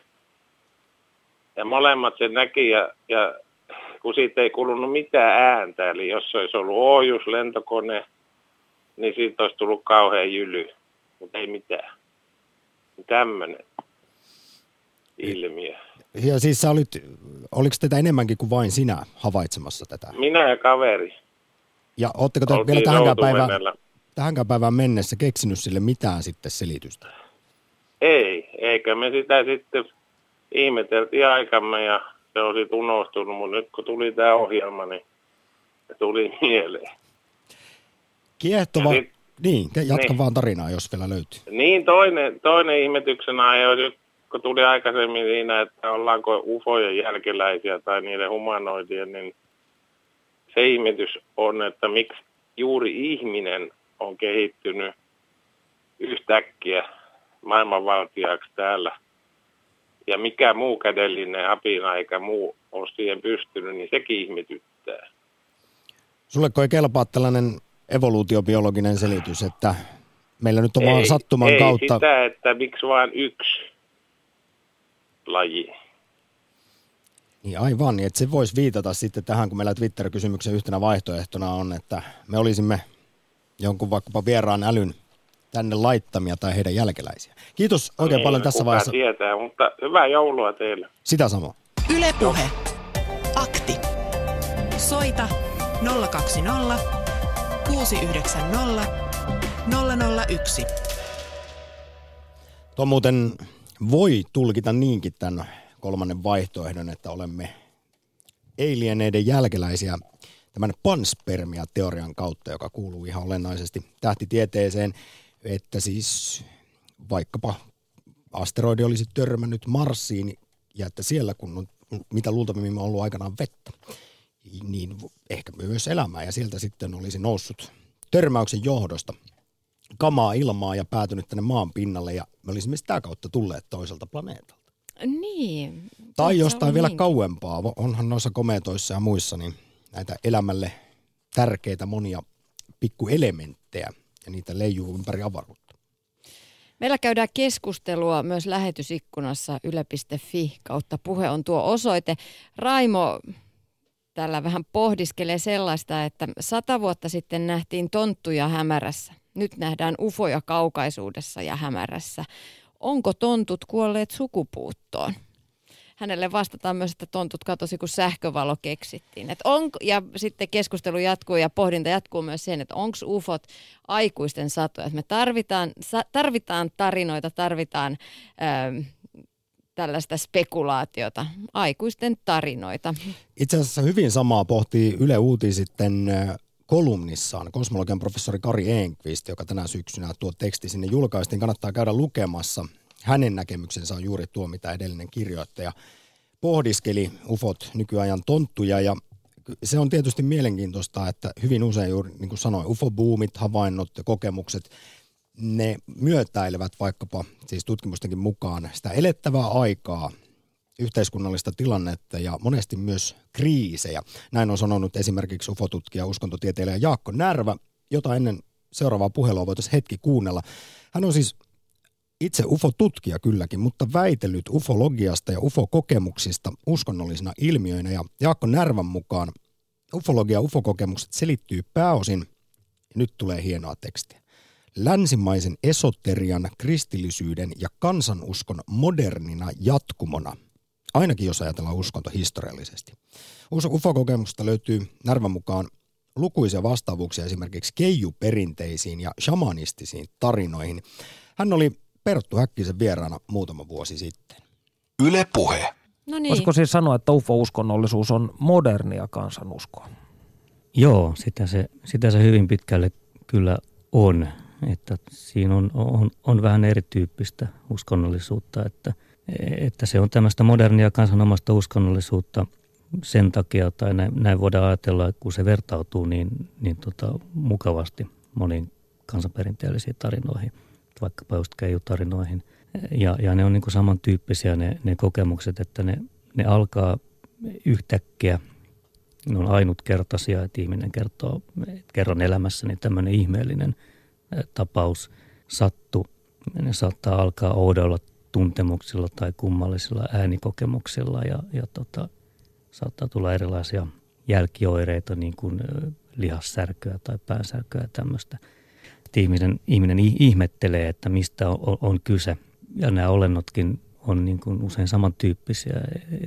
Ja molemmat sen näki ja kun siitä ei kulunut mitään ääntä, eli jos se olisi ollut ohjuslentokone, niin siitä olisi tullut kauhean jyly, mutta ei mitään. Tämmöinen ilmiö.
Ja siis oliko tätä enemmänkin kuin vain sinä havaitsemassa tätä?
Minä ja kaveri.
Ja ootteko te vielä tähänkään päivään mennessä keksinyt sille mitään sitten selitystä?
Eikä me sitä sitten ihmeteltiin aikamme ja se on sitten unohtunut, mutta nyt kun tuli tämä ohjelma, niin se tuli mieleen.
Kiehtova. Jatka vaan tarinaa, jos vielä löytyy.
Niin, toinen ihmetyksen aihe on, kun tuli aikaisemmin siinä, että ollaanko ufojen jälkeläisiä tai niiden humanoidien, niin se ihmetys on, että miksi juuri ihminen on kehittynyt yhtäkkiä maailmanvaltiaksi täällä. Ja mikä muu kädellinen apina eikä muu ole siihen pystynyt, niin sekin ihmetyttää.
Sulleko ei kelpaa tällainen evoluutiobiologinen selitys, että meillä nyt on vaan sattuman kautta...
Ei sitä, että miksi vain yksi laji.
Niin aivan, niin että se voisi viitata sitten tähän, kun meillä Twitter-kysymyksen yhtenä vaihtoehtona on, että me olisimme jonkun vaikkapa vieraan älyn tänne laittamia tai heidän jälkeläisiä. Kiitos oikein paljon tässä vaiheessa.
Tietää, mutta hyvää joulua teille.
Sitä samoin.
Yle Puhe. Akti. Soita 020 690 001.
Tuo muuten voi tulkita niinkin tämän kolmannen vaihtoehdon, että olemme alieneiden jälkeläisiä tämän panspermia-teorian kautta, joka kuuluu ihan olennaisesti tähtitieteeseen, että siis vaikkapa asteroidi olisi törmännyt Marsiin ja että siellä kun on mitä luultavimmin on ollut aikanaan vettä, niin ehkä myös elämää ja sieltä sitten olisi noussut törmäyksen johdosta kamaa ilmaa ja päätynyt tänne maan pinnalle ja me olisimme sitä kautta tulleet toiselta planeetalta.
Niin.
Tai jostain vielä kauempaa. Onhan noissa komeetoissa ja muissa niin näitä elämälle tärkeitä monia pikkuelementtejä ja niitä leijuu ympäri avaruutta.
Meillä käydään keskustelua myös lähetysikkunassa yle.fi/puhe on tuo osoite. Raimo tällä vähän pohdiskelee sellaista, että 100 vuotta sitten nähtiin tonttuja hämärässä. Nyt nähdään ufoja kaukaisuudessa ja hämärässä. Onko tontut kuolleet sukupuuttoon? Hänelle vastataan myös, että tontut katosi, kun sähkövalo keksittiin. Ja sitten keskustelu jatkuu ja pohdinta jatkuu myös sen, että onko ufot aikuisten satoja. Me tarvitaan tarinoita, tarvitaan tällaista spekulaatiota, aikuisten tarinoita.
Itse asiassa hyvin samaa pohtii Yle Uutisten kolumnissaan kosmologian professori Kari Enqvist, joka tänä syksynä tuo teksti sinne julkaistiin. Kannattaa käydä lukemassa. Hänen näkemyksensä on juuri tuo, mitä edellinen kirjoittaja pohdiskeli ufot nykyajan tonttuja. Ja se on tietysti mielenkiintoista, että hyvin usein juuri niin kuin sanoin, ufobuumit, havainnot ja kokemukset, ne myötäilevät vaikkapa siis tutkimustenkin mukaan sitä elettävää aikaa, yhteiskunnallista tilannetta ja monesti myös kriisejä. Näin on sanonut esimerkiksi ufotutkija, uskontotieteilijä Jaakko Närvä, jota ennen seuraavaa puhelua voitaisiin hetki kuunnella. Hän on siis itse ufotutkija kylläkin, mutta väitellyt ufologiasta ja ufokokemuksista uskonnollisina ilmiöinä. Ja Jaakko Närvän mukaan ufologia ja ufokokemukset selittyy pääosin, ja nyt tulee hienoa tekstiä, länsimaisen esoterian, kristillisyyden ja kansanuskon modernina jatkumona, ainakin jos ajatellaan uskonto historiallisesti. UFO-kokemuksesta löytyy Närvän mukaan lukuisia vastaavuuksia esimerkiksi keijuperinteisiin ja shamanistisiin tarinoihin. Hän oli Perttu Häkkisen vieraana muutama vuosi sitten.
Yle Puhe.
No niin.
Voisiko siis sanoa, että UFO-uskonnollisuus on modernia kansanuskoa?
Joo, sitä se hyvin pitkälle kyllä on. Että siinä on vähän erityyppistä uskonnollisuutta, että se on tämmöistä modernia kansanomasta uskonnollisuutta sen takia, tai näin voidaan ajatella, että kun se vertautuu niin mukavasti moniin kansanperinteellisiin tarinoihin, vaikkapa just keijutarinoihin. Ja ne on niin kuin samantyyppisiä ne kokemukset, että ne alkaa yhtäkkiä, ne on ainutkertaisia, että ihminen kerron elämässäni tämmöinen ihmeellinen tapaus sattu. Ne saattaa alkaa oudoilla tuntemuksilla tai kummallisilla äänikokemuksilla ja saattaa tulla erilaisia jälkioireita, niin kuin lihassärkyä tai päänsärkyä ja tämmöistä. Ihminen ihmettelee, että mistä on kyse. Ja nämä olennotkin on niin kuin usein samantyyppisiä.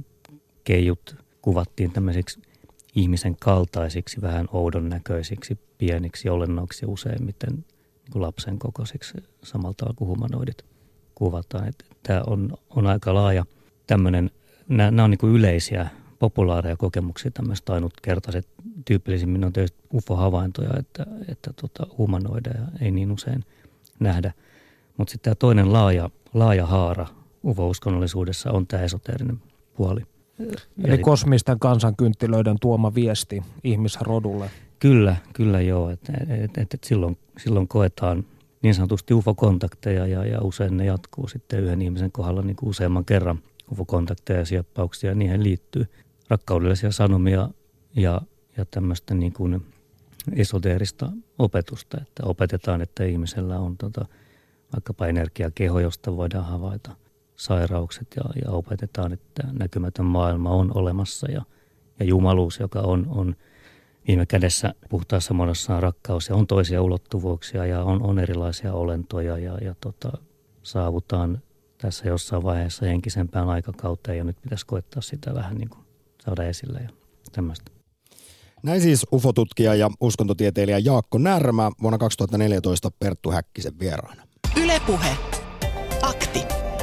Keijut kuvattiin tämmöisiksi ihmisen kaltaisiksi, vähän oudon näköisiksi, pieniksi olennoiksi useimmiten niin kuin lapsen kokoisiksi, samalla tavalla kuin humanoidit kuvataan. Tämä on aika laaja tämmöinen, nämä on niin kuin yleisiä, populaareja kokemuksia, tämmöiset ainutkertaiset. Tyypillisimmin on tietysti UFO-havaintoja, että humanoideja ei niin usein nähdä. Mutta sitten tämä toinen laaja haara UFO-uskonnollisuudessa on tämä esoteerinen puoli.
Eli kosmisten kansankynttilöiden tuoma viesti ihmisrodulle.
Kyllä joo. Et silloin koetaan niin sanotusti UFO-kontakteja ja usein ne jatkuu sitten yhden ihmisen kohdalla niin kuin useamman kerran. UFO-kontakteja ja sieppauksia, ja niihin liittyy rakkaudellisia sanomia ja tämmöistä niin kuin esoteerista opetusta, että opetetaan, että ihmisellä on vaikkapa energiakeho, josta voidaan havaita sairaukset ja opetetaan, että näkymätön maailma on olemassa ja jumaluus, joka on viime kädessä puhtaassa muodossaan rakkaus ja on toisia ulottuvuuksia ja on erilaisia olentoja ja saavutaan tässä jossain vaiheessa henkisempään aikakauteen ja nyt pitäisi koettaa sitä vähän niin kuin saada esille ja tämmöistä.
Näin siis UFO-tutkija ja uskontotieteilijä Jaakko Närmä vuonna 2014 Perttu Häkkisen vieraana.
Yle Puhe. Akti.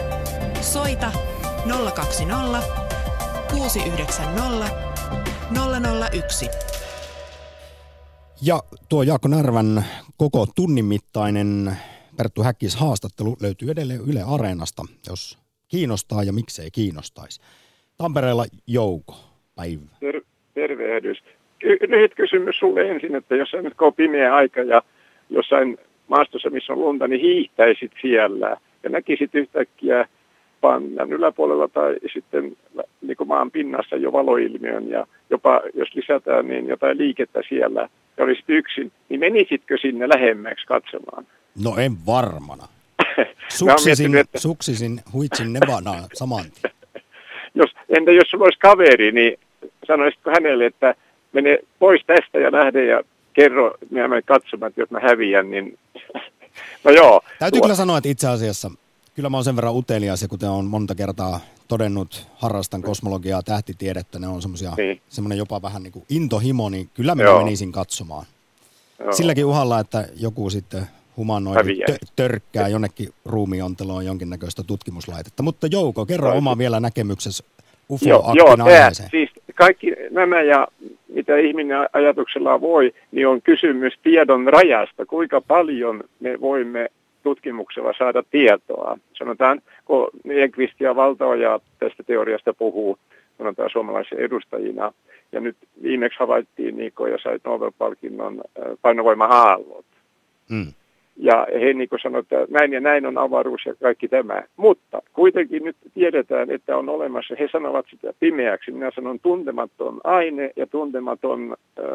Soita 020 690 001.
Ja tuo Jaakko Närvän koko tunnin mittainen Perttu Häkkis haastattelu löytyy edelleen Yle Areenasta, jos kiinnostaa ja miksei kiinnostaisi. Tampereella Jouko, päivä.
Tervehdys. Lyhyt kysymys sulle ensin, että jos on nyt pimeä aika ja jossain maastossa, missä on lunta, niin hiihtäisit siellä ja näkisit yhtäkkiä pannan yläpuolella tai sitten niin kuin maan pinnassa jo valoilmiön ja jopa jos lisätään niin jotain liikettä siellä ja olisit yksin, niin menisitkö sinne lähemmäksi katsomaan?
No en varmana. Suksisin huitsin Nevanaan saman tien.
Entä jos sulla olisi kaveri, niin sanoisitko hänelle, että mene pois tästä ja lähde ja kerro, minä menen katsomaan, että jos mä häviän, niin no joo.
Täytyy kyllä sanoa, että itse asiassa kyllä mä oon sen verran utelias ja kuten olen monta kertaa todennut, harrastan kosmologiaa, tähtitiedettä, ne on semmoinen jopa vähän niin kuin intohimo, niin kyllä minä menisin katsomaan. Joo. Silläkin uhalla, että joku sitten humanoidi törkkää jonnekin ruumiionteloon jonkinnäköistä tutkimuslaitetta. Mutta Jouko, kerro oma vielä näkemyksesi UFO-aktin aiheeseen.
Siis kaikki nämä ja mitä ihminen ajatuksella voi, niin on kysymys tiedon rajasta. Kuinka paljon me voimme tutkimuksella saada tietoa. Sanotaan, kun Enqvist ja Valtaoja tästä teoriasta puhuu, sanotaan suomalaisia edustajina, ja nyt viimeksi havaittiin Nico ja sai Nobel-palkinnon painovoima-aallot. Ja he niin kuin sanoivat, että näin ja näin on avaruus ja kaikki tämä. Mutta kuitenkin nyt tiedetään, että on olemassa, he sanovat sitä pimeäksi, minä sanon tuntematon aine ja tuntematon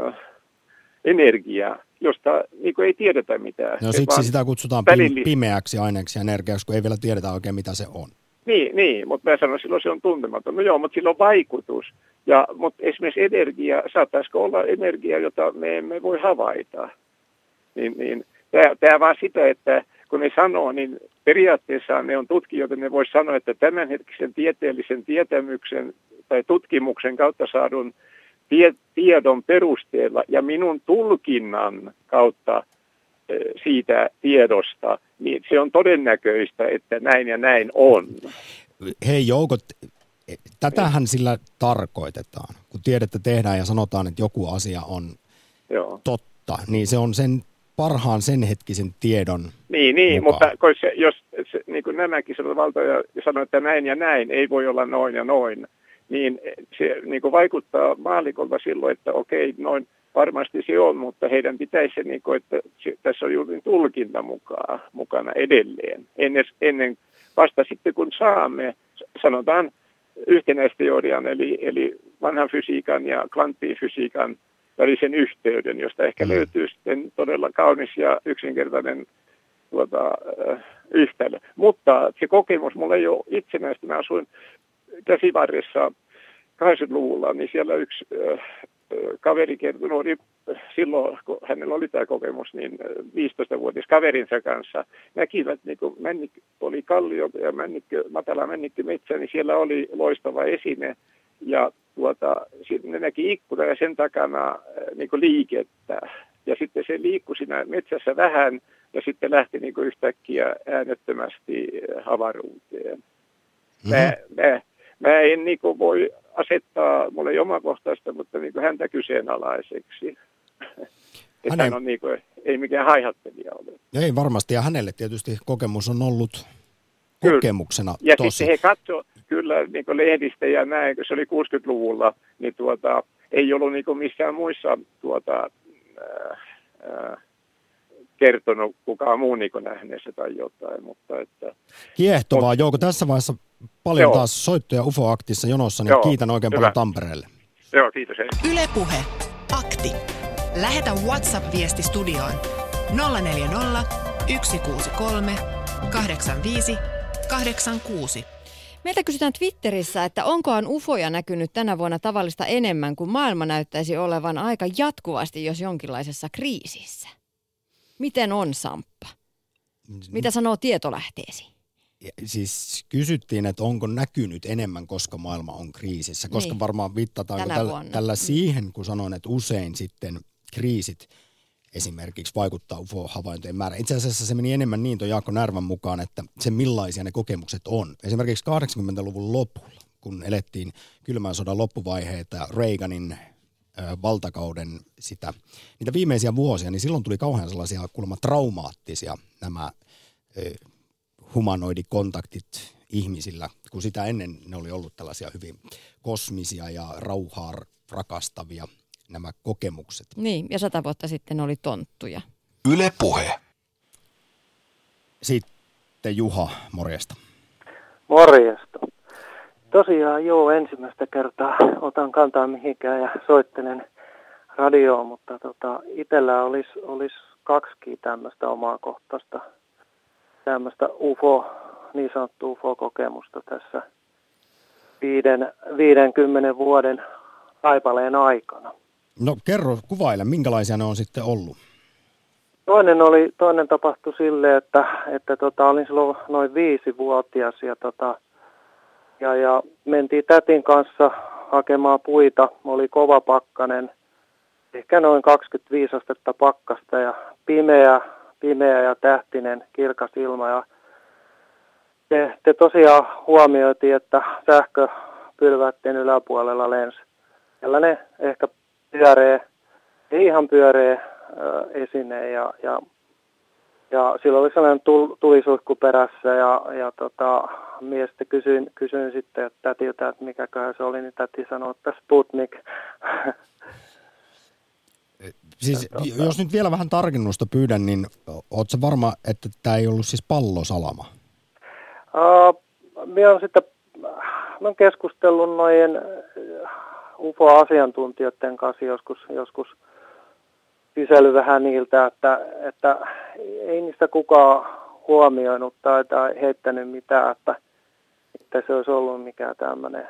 energia, josta niin kuin ei tiedetä mitään.
No siksi sitä kutsutaan pimeäksi aineeksi ja energiaksi, kun ei vielä tiedetä oikein mitä se on.
Niin, mutta mä sanon silloin se on tuntematon. No joo, mutta sillä on vaikutus. Mutta esimerkiksi energia, saattaisiko olla energia, jota me emme voi havaita. Niin Tämä vaan sitä, että kun ne sanoo, niin periaatteessa ne on tutkijoita, ne voisi sanoa, että tämänhetkisen tieteellisen tietämyksen tai tutkimuksen kautta saadun tiedon perusteella ja minun tulkinnan kautta siitä tiedosta, niin se on todennäköistä, että näin ja näin on.
Hei joukot, tätähän sillä tarkoitetaan. Kun tiedettä tehdään ja sanotaan, että joku asia on totta, niin se on sen parhaan sen hetkisen tiedon
Niin,
mukaan.
mutta jos niin kuin nämäkin valtoja sanoo, että näin ja näin, ei voi olla noin ja noin, niin se niin kuin vaikuttaa maallikolta silloin, että okei, noin varmasti se on, mutta heidän pitäisi, niin kuin, että tässä on juuri tulkinta mukana edelleen. Ennen vasta sitten, kun saamme, sanotaan, yhtenäisteorian, eli vanhan fysiikan ja kvanttifysiikan välisen yhteyden, josta ehkä löytyy sitten todella kaunis ja yksinkertainen yhtälö. Mutta se kokemus, mulla ei ole itsenäistä, mä asuin Käsivarressa 80-luvulla, niin siellä yksi kaveri kertoi, silloin kun hänellä oli tämä kokemus, niin 15-vuotias kaverinsa kanssa näkivät, niin kun oli kallio ja matala männikkymetsä, niin siellä oli loistava esine ja ne näki ikkuna ja sen takana niin kuin liikettä. Ja sitten se liikkui siinä metsässä vähän ja sitten lähti niin kuin yhtäkkiä äänettömästi avaruuteen. Mä en niin kuin voi asettaa, mulla ei omakohtaista, mutta niin kuin häntä kyseenalaiseksi. Hän on niin kuin, ei mikään haihattelija ole.
Ei varmasti, ja hänelle tietysti kokemus on ollut kokemuksena
ja
tosi.
Sitten he katsoi kyllä niin kuin lehdistä ja näin, kun se oli 60-luvulla, niin ei ollut niin kuin missään muissa kertonut kukaan muu niin kuin nähneensä tai jotain. Mutta
Kiehtovaa, Jouko. Tässä vaiheessa paljon taas soittoja UFO-aktissa jonossa, niin kiitän oikein paljon Tampereelle.
Joo, kiitos.
Yle Puhe. Akti. Lähetä WhatsApp-viesti studioon 040 163 85 86.
Meiltä kysytään Twitterissä, että onkohan ufoja näkynyt tänä vuonna tavallista enemmän, kun maailma näyttäisi olevan aika jatkuvasti jos jonkinlaisessa kriisissä. Miten on, Samppa? Mitä sanoo tietolähteesi?
Siis kysyttiin, että onko näkynyt enemmän, koska maailma on kriisissä. Koska niin. Varmaan viittataan tällä siihen, kun sanoin, että usein sitten kriisit esimerkiksi vaikuttaa UFO-havaintojen määrään. Itse asiassa se meni enemmän niin tuon Jaakko Närvän mukaan, että se millaisia ne kokemukset on. Esimerkiksi 80-luvun lopulla, kun elettiin kylmän sodan loppuvaiheita ja Reaganin valtakauden niitä viimeisiä vuosia, niin silloin tuli kauhean sellaisia kuulemma traumaattisia nämä humanoidikontaktit ihmisillä, kun sitä ennen ne oli ollut tällaisia hyvin kosmisia ja rauhaa rakastavia nämä kokemukset.
Niin, ja 100 vuotta sitten oli tonttuja.
Yle Puhe.
Sitten Juha, morjesta.
Morjesta. Tosiaan ensimmäistä kertaa otan kantaa mihinkään ja soittelen radioon, mutta itsellä olisi 2 tämmöistä omakohtaista tämmöistä niin sanottu UFO-kokemusta tässä 50 vuoden taipaleen aikana.
No kuvaile, minkälaisia ne on sitten ollut?
Toinen tapahtui silleen, että olin silloin noin 5-vuotias ja mentiin tätin kanssa hakemaan puita. Oli kova pakkanen, ehkä noin 25 astetta pakkasta ja pimeä ja tähtinen kirkas ilma. Ja te tosiaan huomioitiin, että sähköpylväiden yläpuolella lensi tällainen ehkä ei ihan pyöreä esine ja silloin oli sellainen tulisuihku perässä ja mies kysyin sitten tätiltä, että mikäköhän se oli, niin täti sanoi, että Sputnik.
Siis jos nyt vielä vähän tarkennusta pyydän, niin ootko varma, että tämä ei ollut siis pallosalama?
Minä olen keskustellut noiden UFO-asiantuntijoiden kanssa joskus kysely vähän niiltä, että ei niistä kukaan huomioinut tai heittänyt mitään, että se olisi ollut mikään tämmöinen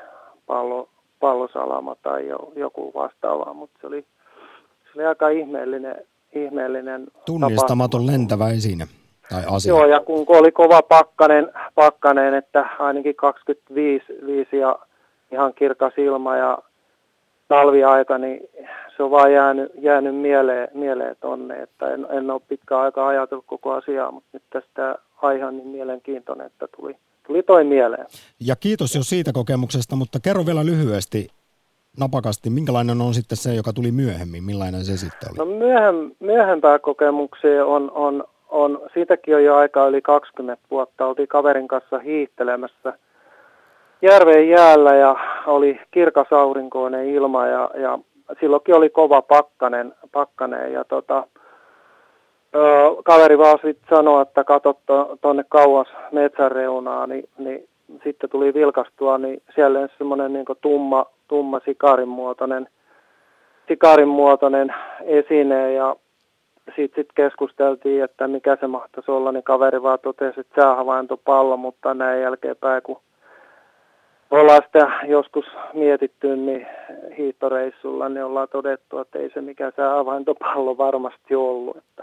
pallosalama tai joku vastaava, mutta se oli aika ihmeellinen
tunnistamaton lentävä esine tai asia.
Joo, ja kun oli kova pakkanen, että ainakin 25 ja ihan kirkas ilma ja talviaika, niin se on vaan jäänyt mieleen tonne, että en ole pitkään aikaa ajatellut koko asiaa, mutta nyt tästä aihe on niin mielenkiintoinen, että tuli toi mieleen.
Ja kiitos jo siitä kokemuksesta, mutta kerro vielä lyhyesti, napakasti, minkälainen on sitten se, joka tuli myöhemmin, millainen se sitten oli?
No myöhempää kokemuksia on, siitäkin on jo aika yli 20 vuotta, oltiin kaverin kanssa hiihtelemässä järven jäällä ja oli kirkas aurinkoinen ilma ja silloinkin oli kova pakkanen ja kaveri vaan sitten sanoi, että katsot tuonne kauas metsän reunaa, niin sitten tuli vilkastua, niin siellä on semmoinen niin kuin tumma sikarinmuotoinen esine ja sitten keskusteltiin, että mikä se mahtaisi olla, niin kaveri vaan totesi, että säähavaintopallo, mutta näin jälkeenpäin, kun ollaan sitä joskus mietitty, niin hiihtoreissulla niin ollaan todettu, että ei se mikään säähavaintopallo varmasti ollut. Että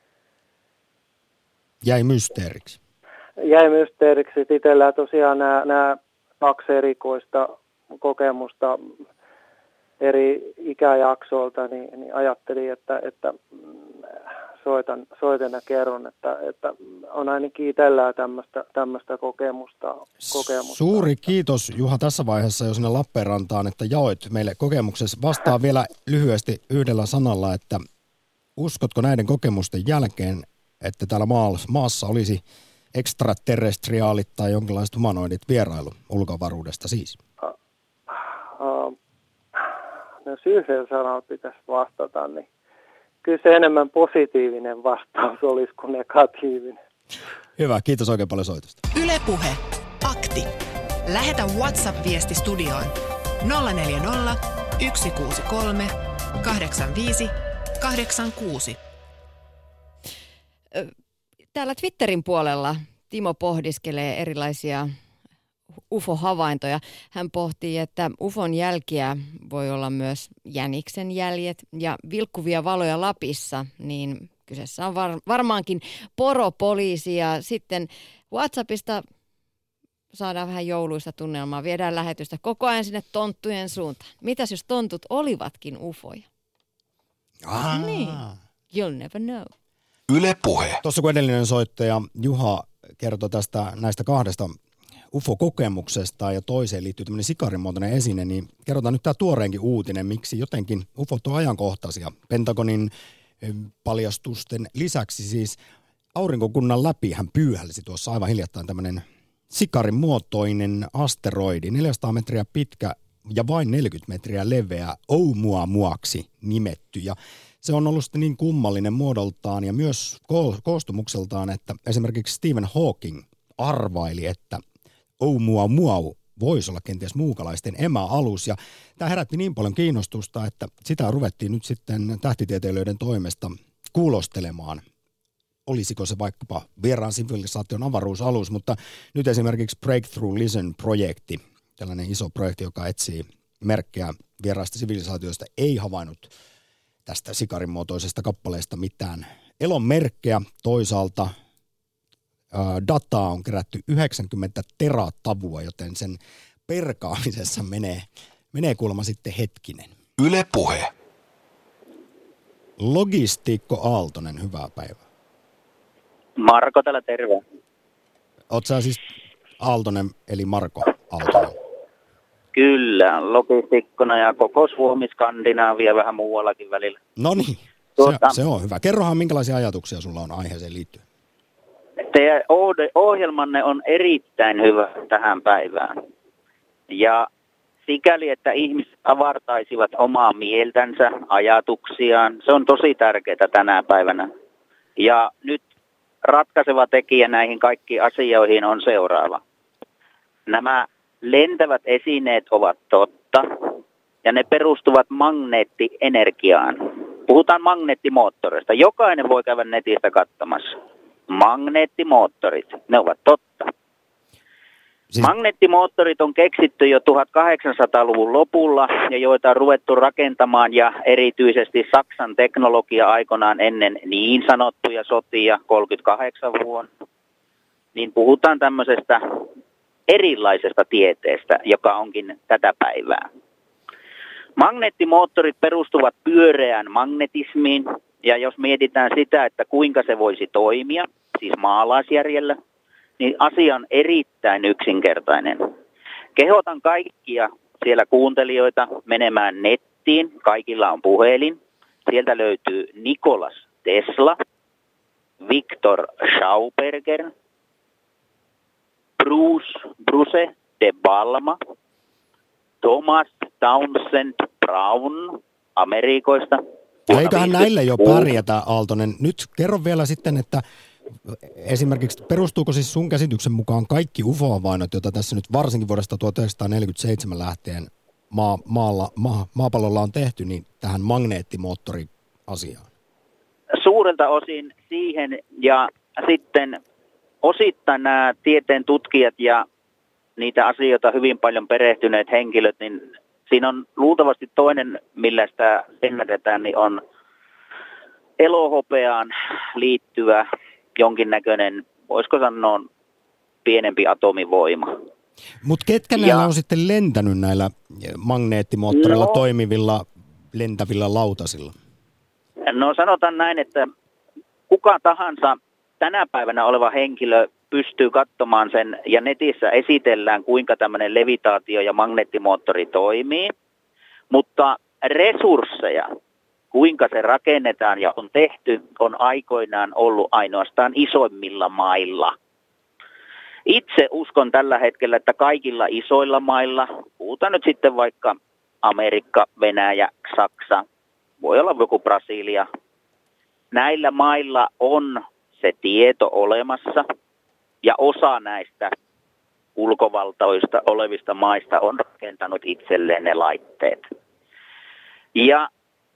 jäi mysteeriksi.
Itsellään tosiaan nämä 2 erikoista kokemusta eri ikäjaksoilta, niin ajattelin, että soitan ja kerron, että on ainakin itsellään tämmöistä kokemusta.
Suuri kiitos Juha tässä vaiheessa jo sinne Lappeenrantaan, että jaoit meille kokemuksessa. Vastaa vielä lyhyesti yhdellä sanalla, että uskotko näiden kokemusten jälkeen, että täällä maassa olisi ekstraterrestriaalit tai jonkinlaiset humanoidit vierailu ulkoavaruudesta siis?
No yhdellä sanalla pitäisi vastata, niin kyllä se enemmän positiivinen vastaus olisi kuin negatiivinen.
Hyvä, kiitos oikein paljon soitosta.
Yle Puhe. Akti. Lähetä WhatsApp-viesti studioon 040 163 85 86.
Täällä Twitterin puolella Timo pohdiskelee erilaisia UFO-havaintoja. Hän pohtii, että UFOn jälkiä voi olla myös jäniksen jäljet ja vilkkuvia valoja Lapissa, niin kyseessä on varmaankin poropoliisi ja sitten WhatsAppista saadaan vähän jouluista tunnelmaa, viedään lähetystä koko ajan sinne tonttujen suuntaan. Mitäs jos tontut olivatkin UFOja? Niin, you'll never know.
Yle Puhe. Tuossa kun edellinen soittaja Juha kertoi näistä 2 UFO-kokemuksesta ja toiseen liittyy tämmöinen sikarimuotoinen esine, niin kerrotaan nyt tämä tuoreenkin uutinen, miksi jotenkin UFOt on ajankohtaisia. Pentagonin paljastusten lisäksi siis aurinkokunnan läpi hän pyyhälsi tuossa aivan hiljattain tämmöinen sikarimuotoinen asteroidi, 400 metriä pitkä ja vain 40 metriä leveä Oumuamuaksi nimetty. Ja se on ollut sitten niin kummallinen muodoltaan ja myös koostumukseltaan, että esimerkiksi Stephen Hawking arvaili, että Oumuamua voisi olla kenties muukalaisten emäalus. Ja tämä herätti niin paljon kiinnostusta, että sitä ruvettiin nyt sitten tähtitieteilijöiden toimesta kuulostelemaan. Olisiko se vaikkapa vieraan sivilisaation avaruusalus, mutta nyt esimerkiksi Breakthrough Listen-projekti, tällainen iso projekti, joka etsii merkkejä vieraista sivilisaatioista, ei havainnut tästä sikarimuotoisesta kappaleesta mitään elon merkkejä. Toisaalta dataa on kerätty 90 teratavua, joten sen perkaamisessa menee kuulemma sitten hetkinen. Yle Puhe. Logistiikko Aaltonen, hyvää päivää.
Marko täällä, terve.
Oot sä siis Aaltonen, eli Marko Aaltonen?
Kyllä, logistiikkona ja koko Suomi, Skandinaavia, vähän muuallakin välillä.
No niin, se on hyvä. Kerrohan, minkälaisia ajatuksia sulla on aiheeseen liittyen?
Teidän ohjelmanne on erittäin hyvä tähän päivään. Ja sikäli, että ihmiset avartaisivat omaa mieltänsä, ajatuksiaan, se on tosi tärkeää tänä päivänä. Ja nyt ratkaiseva tekijä näihin kaikkiin asioihin on seuraava. Nämä lentävät esineet ovat totta ja ne perustuvat magneettienergiaan. Puhutaan magneettimoottoreista. Jokainen voi käydä netistä katsomassa. Magneettimoottorit, ne ovat totta. Magneettimoottorit on keksitty jo 1800-luvun lopulla ja joita on ruvettu rakentamaan ja erityisesti Saksan teknologia aikoinaan ennen niin sanottuja sotia 38 vuonna. Niin puhutaan tämmöisestä erilaisesta tieteestä, joka onkin tätä päivää. Magneettimoottorit perustuvat pyöreään magnetismiin ja jos mietitään sitä, että kuinka se voisi toimia, siis maalaisjärjellä, niin asia on erittäin yksinkertainen. Kehotan kaikkia siellä kuuntelijoita menemään nettiin. Kaikilla on puhelin. Sieltä löytyy Nikola Tesla, Victor Schauberger, Bruce de Balma, Thomas Townsend Brown Amerikoista.
Eiköhän näille jo pärjätä, Aaltonen. Nyt kerro vielä sitten, että esimerkiksi perustuuko siis sun käsityksen mukaan kaikki UFO-havainnot, joita tässä nyt varsinkin vuodesta 1947 lähtien maapallolla on tehty, niin tähän magneettimoottori-asiaan?
Suurelta osin siihen ja sitten osittain nämä tieteen tutkijat ja niitä asioita hyvin paljon perehtyneet henkilöt, niin siinä on luultavasti toinen, millä sitä ymmärretään, niin on elohopeaan liittyvä jonkinnäköinen, voisiko sanoa, pienempi atomivoima.
Mutta ketkä näillä on sitten lentänyt näillä magneettimoottorilla toimivilla lentävillä lautasilla?
No sanotaan näin, että kuka tahansa tänä päivänä oleva henkilö pystyy katsomaan sen ja netissä esitellään, kuinka tämmöinen levitaatio ja magneettimoottori toimii, mutta resursseja, kuinka se rakennetaan ja on tehty, on aikoinaan ollut ainoastaan isoimmilla mailla. Itse uskon tällä hetkellä, että kaikilla isoilla mailla, puhutaan nyt sitten vaikka Amerikka, Venäjä, Saksa, voi olla joku Brasilia, näillä mailla on se tieto olemassa ja osa näistä ulkovaltoista olevista maista on rakentanut itselleen ne laitteet. Ja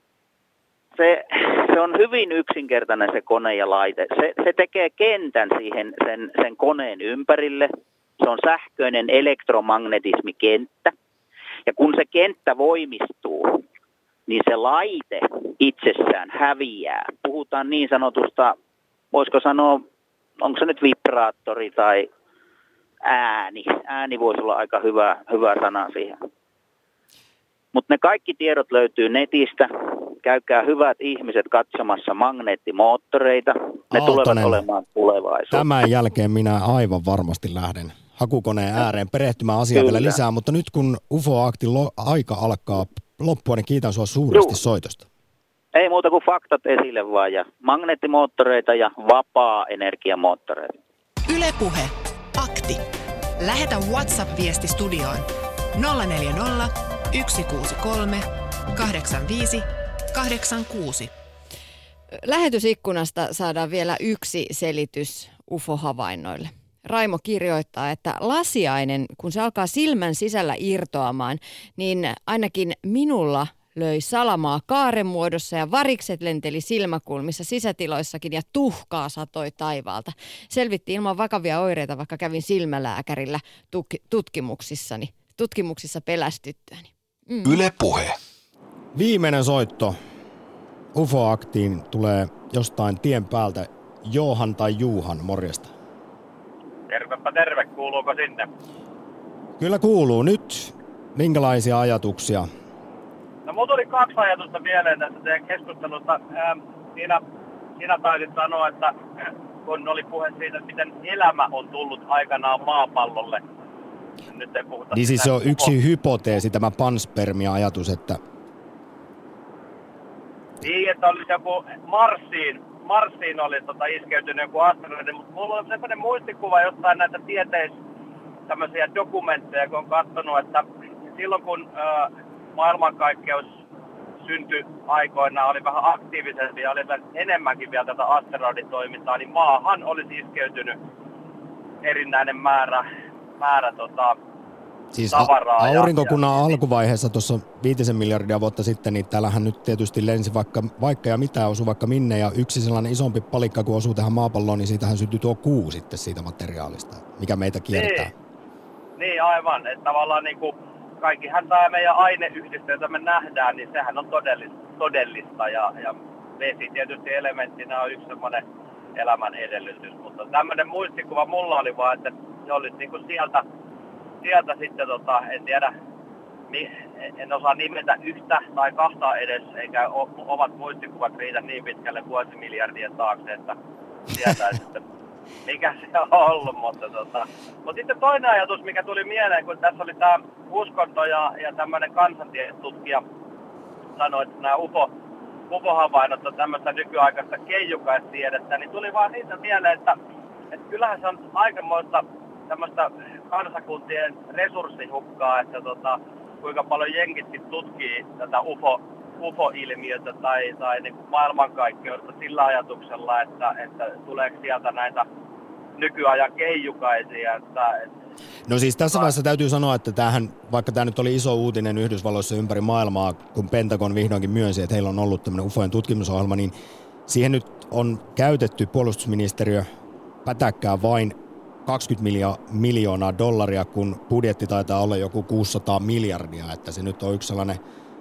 se on hyvin yksinkertainen se kone ja laite. Se tekee kentän siihen sen koneen ympärille. Se on sähköinen elektromagnetismikenttä. Ja kun se kenttä voimistuu, niin se laite itsessään häviää. Puhutaan niin sanotusta, voisiko sanoa, onko se nyt vibraattori tai ääni. Ääni voisi olla aika hyvä sana siihen. Mutta ne kaikki tiedot löytyy netistä. Käykää hyvät ihmiset katsomassa magneettimoottoreita. Ne tulevat olemaan tulevaisuutta.
Tämän jälkeen minä aivan varmasti lähden hakukoneen ääreen perehtymään asiaa vielä lisää. Mutta nyt kun UFO-aktin aika alkaa loppua, niin kiitän sinua suuresti soitosta.
Ei muuta kuin faktat esille vaan. Ja magneettimoottoreita ja vapaa-energiamoottoreita.
Yle Puhe. Akti. Lähetä WhatsApp-viesti studioon 040 163 85 86.
Lähetysikkunasta saadaan vielä yksi selitys UFO-havainnoille. Raimo kirjoittaa, että lasiainen, kun se alkaa silmän sisällä irtoamaan, niin ainakin minulla löi salamaa kaaren muodossa ja varikset lenteli silmäkulmissa sisätiloissakin ja tuhkaa satoi taivaalta. Selvittiin ilman vakavia oireita, vaikka kävin silmälääkärillä tutkimuksissa pelästyttyäni.
Yle Puhe.
Viimeinen soitto UFO-aktiin tulee jostain tien päältä. Johan tai Juhan, morjesta.
Tervepä terve, kuuluuko sinne? Kyllä
kuuluu. Nyt minkälaisia ajatuksia?
No mulla tuli kaksi ajatusta mieleen tästä teidän keskustelusta. Siinä taisit sanoa, että kun oli puhe siitä, että miten elämä on tullut aikanaan maapallolle. Nyt ei puhuta
niin siis se on yksi hypoteesi, tämä panspermia-ajatus, että...
Niin, että olisi joku Marsiin oli iskeytynyt joku asteroidi, mutta mulla on sellainen muistikuva jostain näitä tämmöisiä dokumentteja, kun on katsonut, että silloin kun maailmankaikkeus syntyi aikoinaan, oli vähän aktiivisempi ja oli enemmänkin vielä tätä asteroiditoimintaa, niin maahan olisi iskeytynyt erinäinen määrä
siis
tavaraa.
Aurinkokunnan alkuvaiheessa tuossa 5 miljardia vuotta sitten, niin täällähän nyt tietysti lensi vaikka ja mitä osui vaikka minne, ja yksi sellainen isompi palikka, kun osuu tähän maapalloon, niin siitähän syntyi tuo kuu sitten siitä materiaalista, mikä meitä kiertää.
Niin aivan, että tavallaan niin kuin kaikkihan tämä meidän aineyhdistö, jota me nähdään, niin sehän on todellista ja vesi tietysti elementtinä on yksi semmoinen elämän edellytys, mutta tämmöinen muistikuva mulla oli vaan, että se olisi niin kuin sieltä sitten, en tiedä, en osaa nimetä yhtä tai kahta edes, eikä omat muistikuvat riitä niin pitkälle vuosimiljardien taakse, että tietäisi, että mikä se on ollut, mutta sitten toinen ajatus, mikä tuli mieleen, kun tässä oli tämä uskonto ja tämmöinen kansantietutkija sanoi, että nämä UFO-havainnot on tämmöistä nykyaikaista keijukaistiedettä, niin tuli vaan siitä mieleen, että kyllähän se on aikamoista tämmöistä kansakuntien resurssihukkaa, että kuinka paljon jenkitkin tutkii tätä UFO-ilmiötä tai niin kuin maailmankaikkeutta sillä ajatuksella, että tuleeko sieltä näitä nykyajan keijukaisia.
No siis tässä vaiheessa täytyy sanoa, että vaikka tämä nyt oli iso uutinen Yhdysvalloissa ympäri maailmaa, kun Pentagon vihdoinkin myönsi, että heillä on ollut tämmöinen UFOjen tutkimusohjelma, niin siihen nyt on käytetty puolustusministeriö pätäkkää vain $20 miljoonaa, kun budjetti taitaa olla joku 600 miljardia, että se nyt on yksi sellainen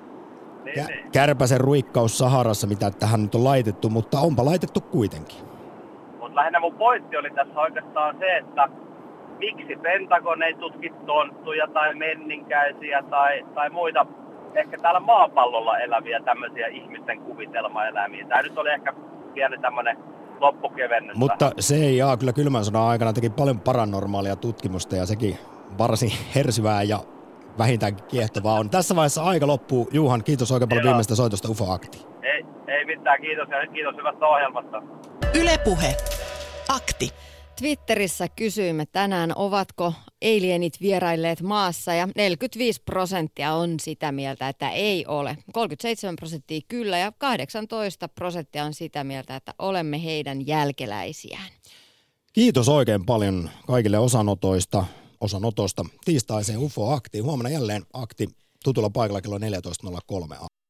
kärpäsen ruikkaus Saharassa, mitä tähän nyt on laitettu, mutta onpa laitettu kuitenkin.
Mutta lähinnä mun pointti oli tässä oikeastaan se, että miksi Pentagon ei tutki tonttuja tai menninkäisiä tai muita ehkä täällä maapallolla eläviä tämmöisiä ihmisten kuvitelmaeläimiä. Tämä nyt oli ehkä pieni tämmöinen loppukevennys.
Mutta CIA kyllä kylmän sodan aikana teki paljon paranormaalia tutkimusta ja sekin varsin hersyvää ja vähintäänkin kiehtovaa on. Tässä vaiheessa aika loppuu. Juhan, kiitos oikein paljon viimeistä soitosta UFO-akti.
Ei mitään, kiitos ja kiitos hyvästä ohjelmasta.
Yle Puhe. Akti.
Twitterissä kysyimme tänään, ovatko alienit vierailleet maassa, ja 45% on sitä mieltä, että ei ole. 37% kyllä ja 18% on sitä mieltä, että olemme heidän jälkeläisiään.
Kiitos oikein paljon kaikille osanotosta tiistaiseen UFO-aktiin. Huomenna jälleen akti tutulla paikalla kello 14.03.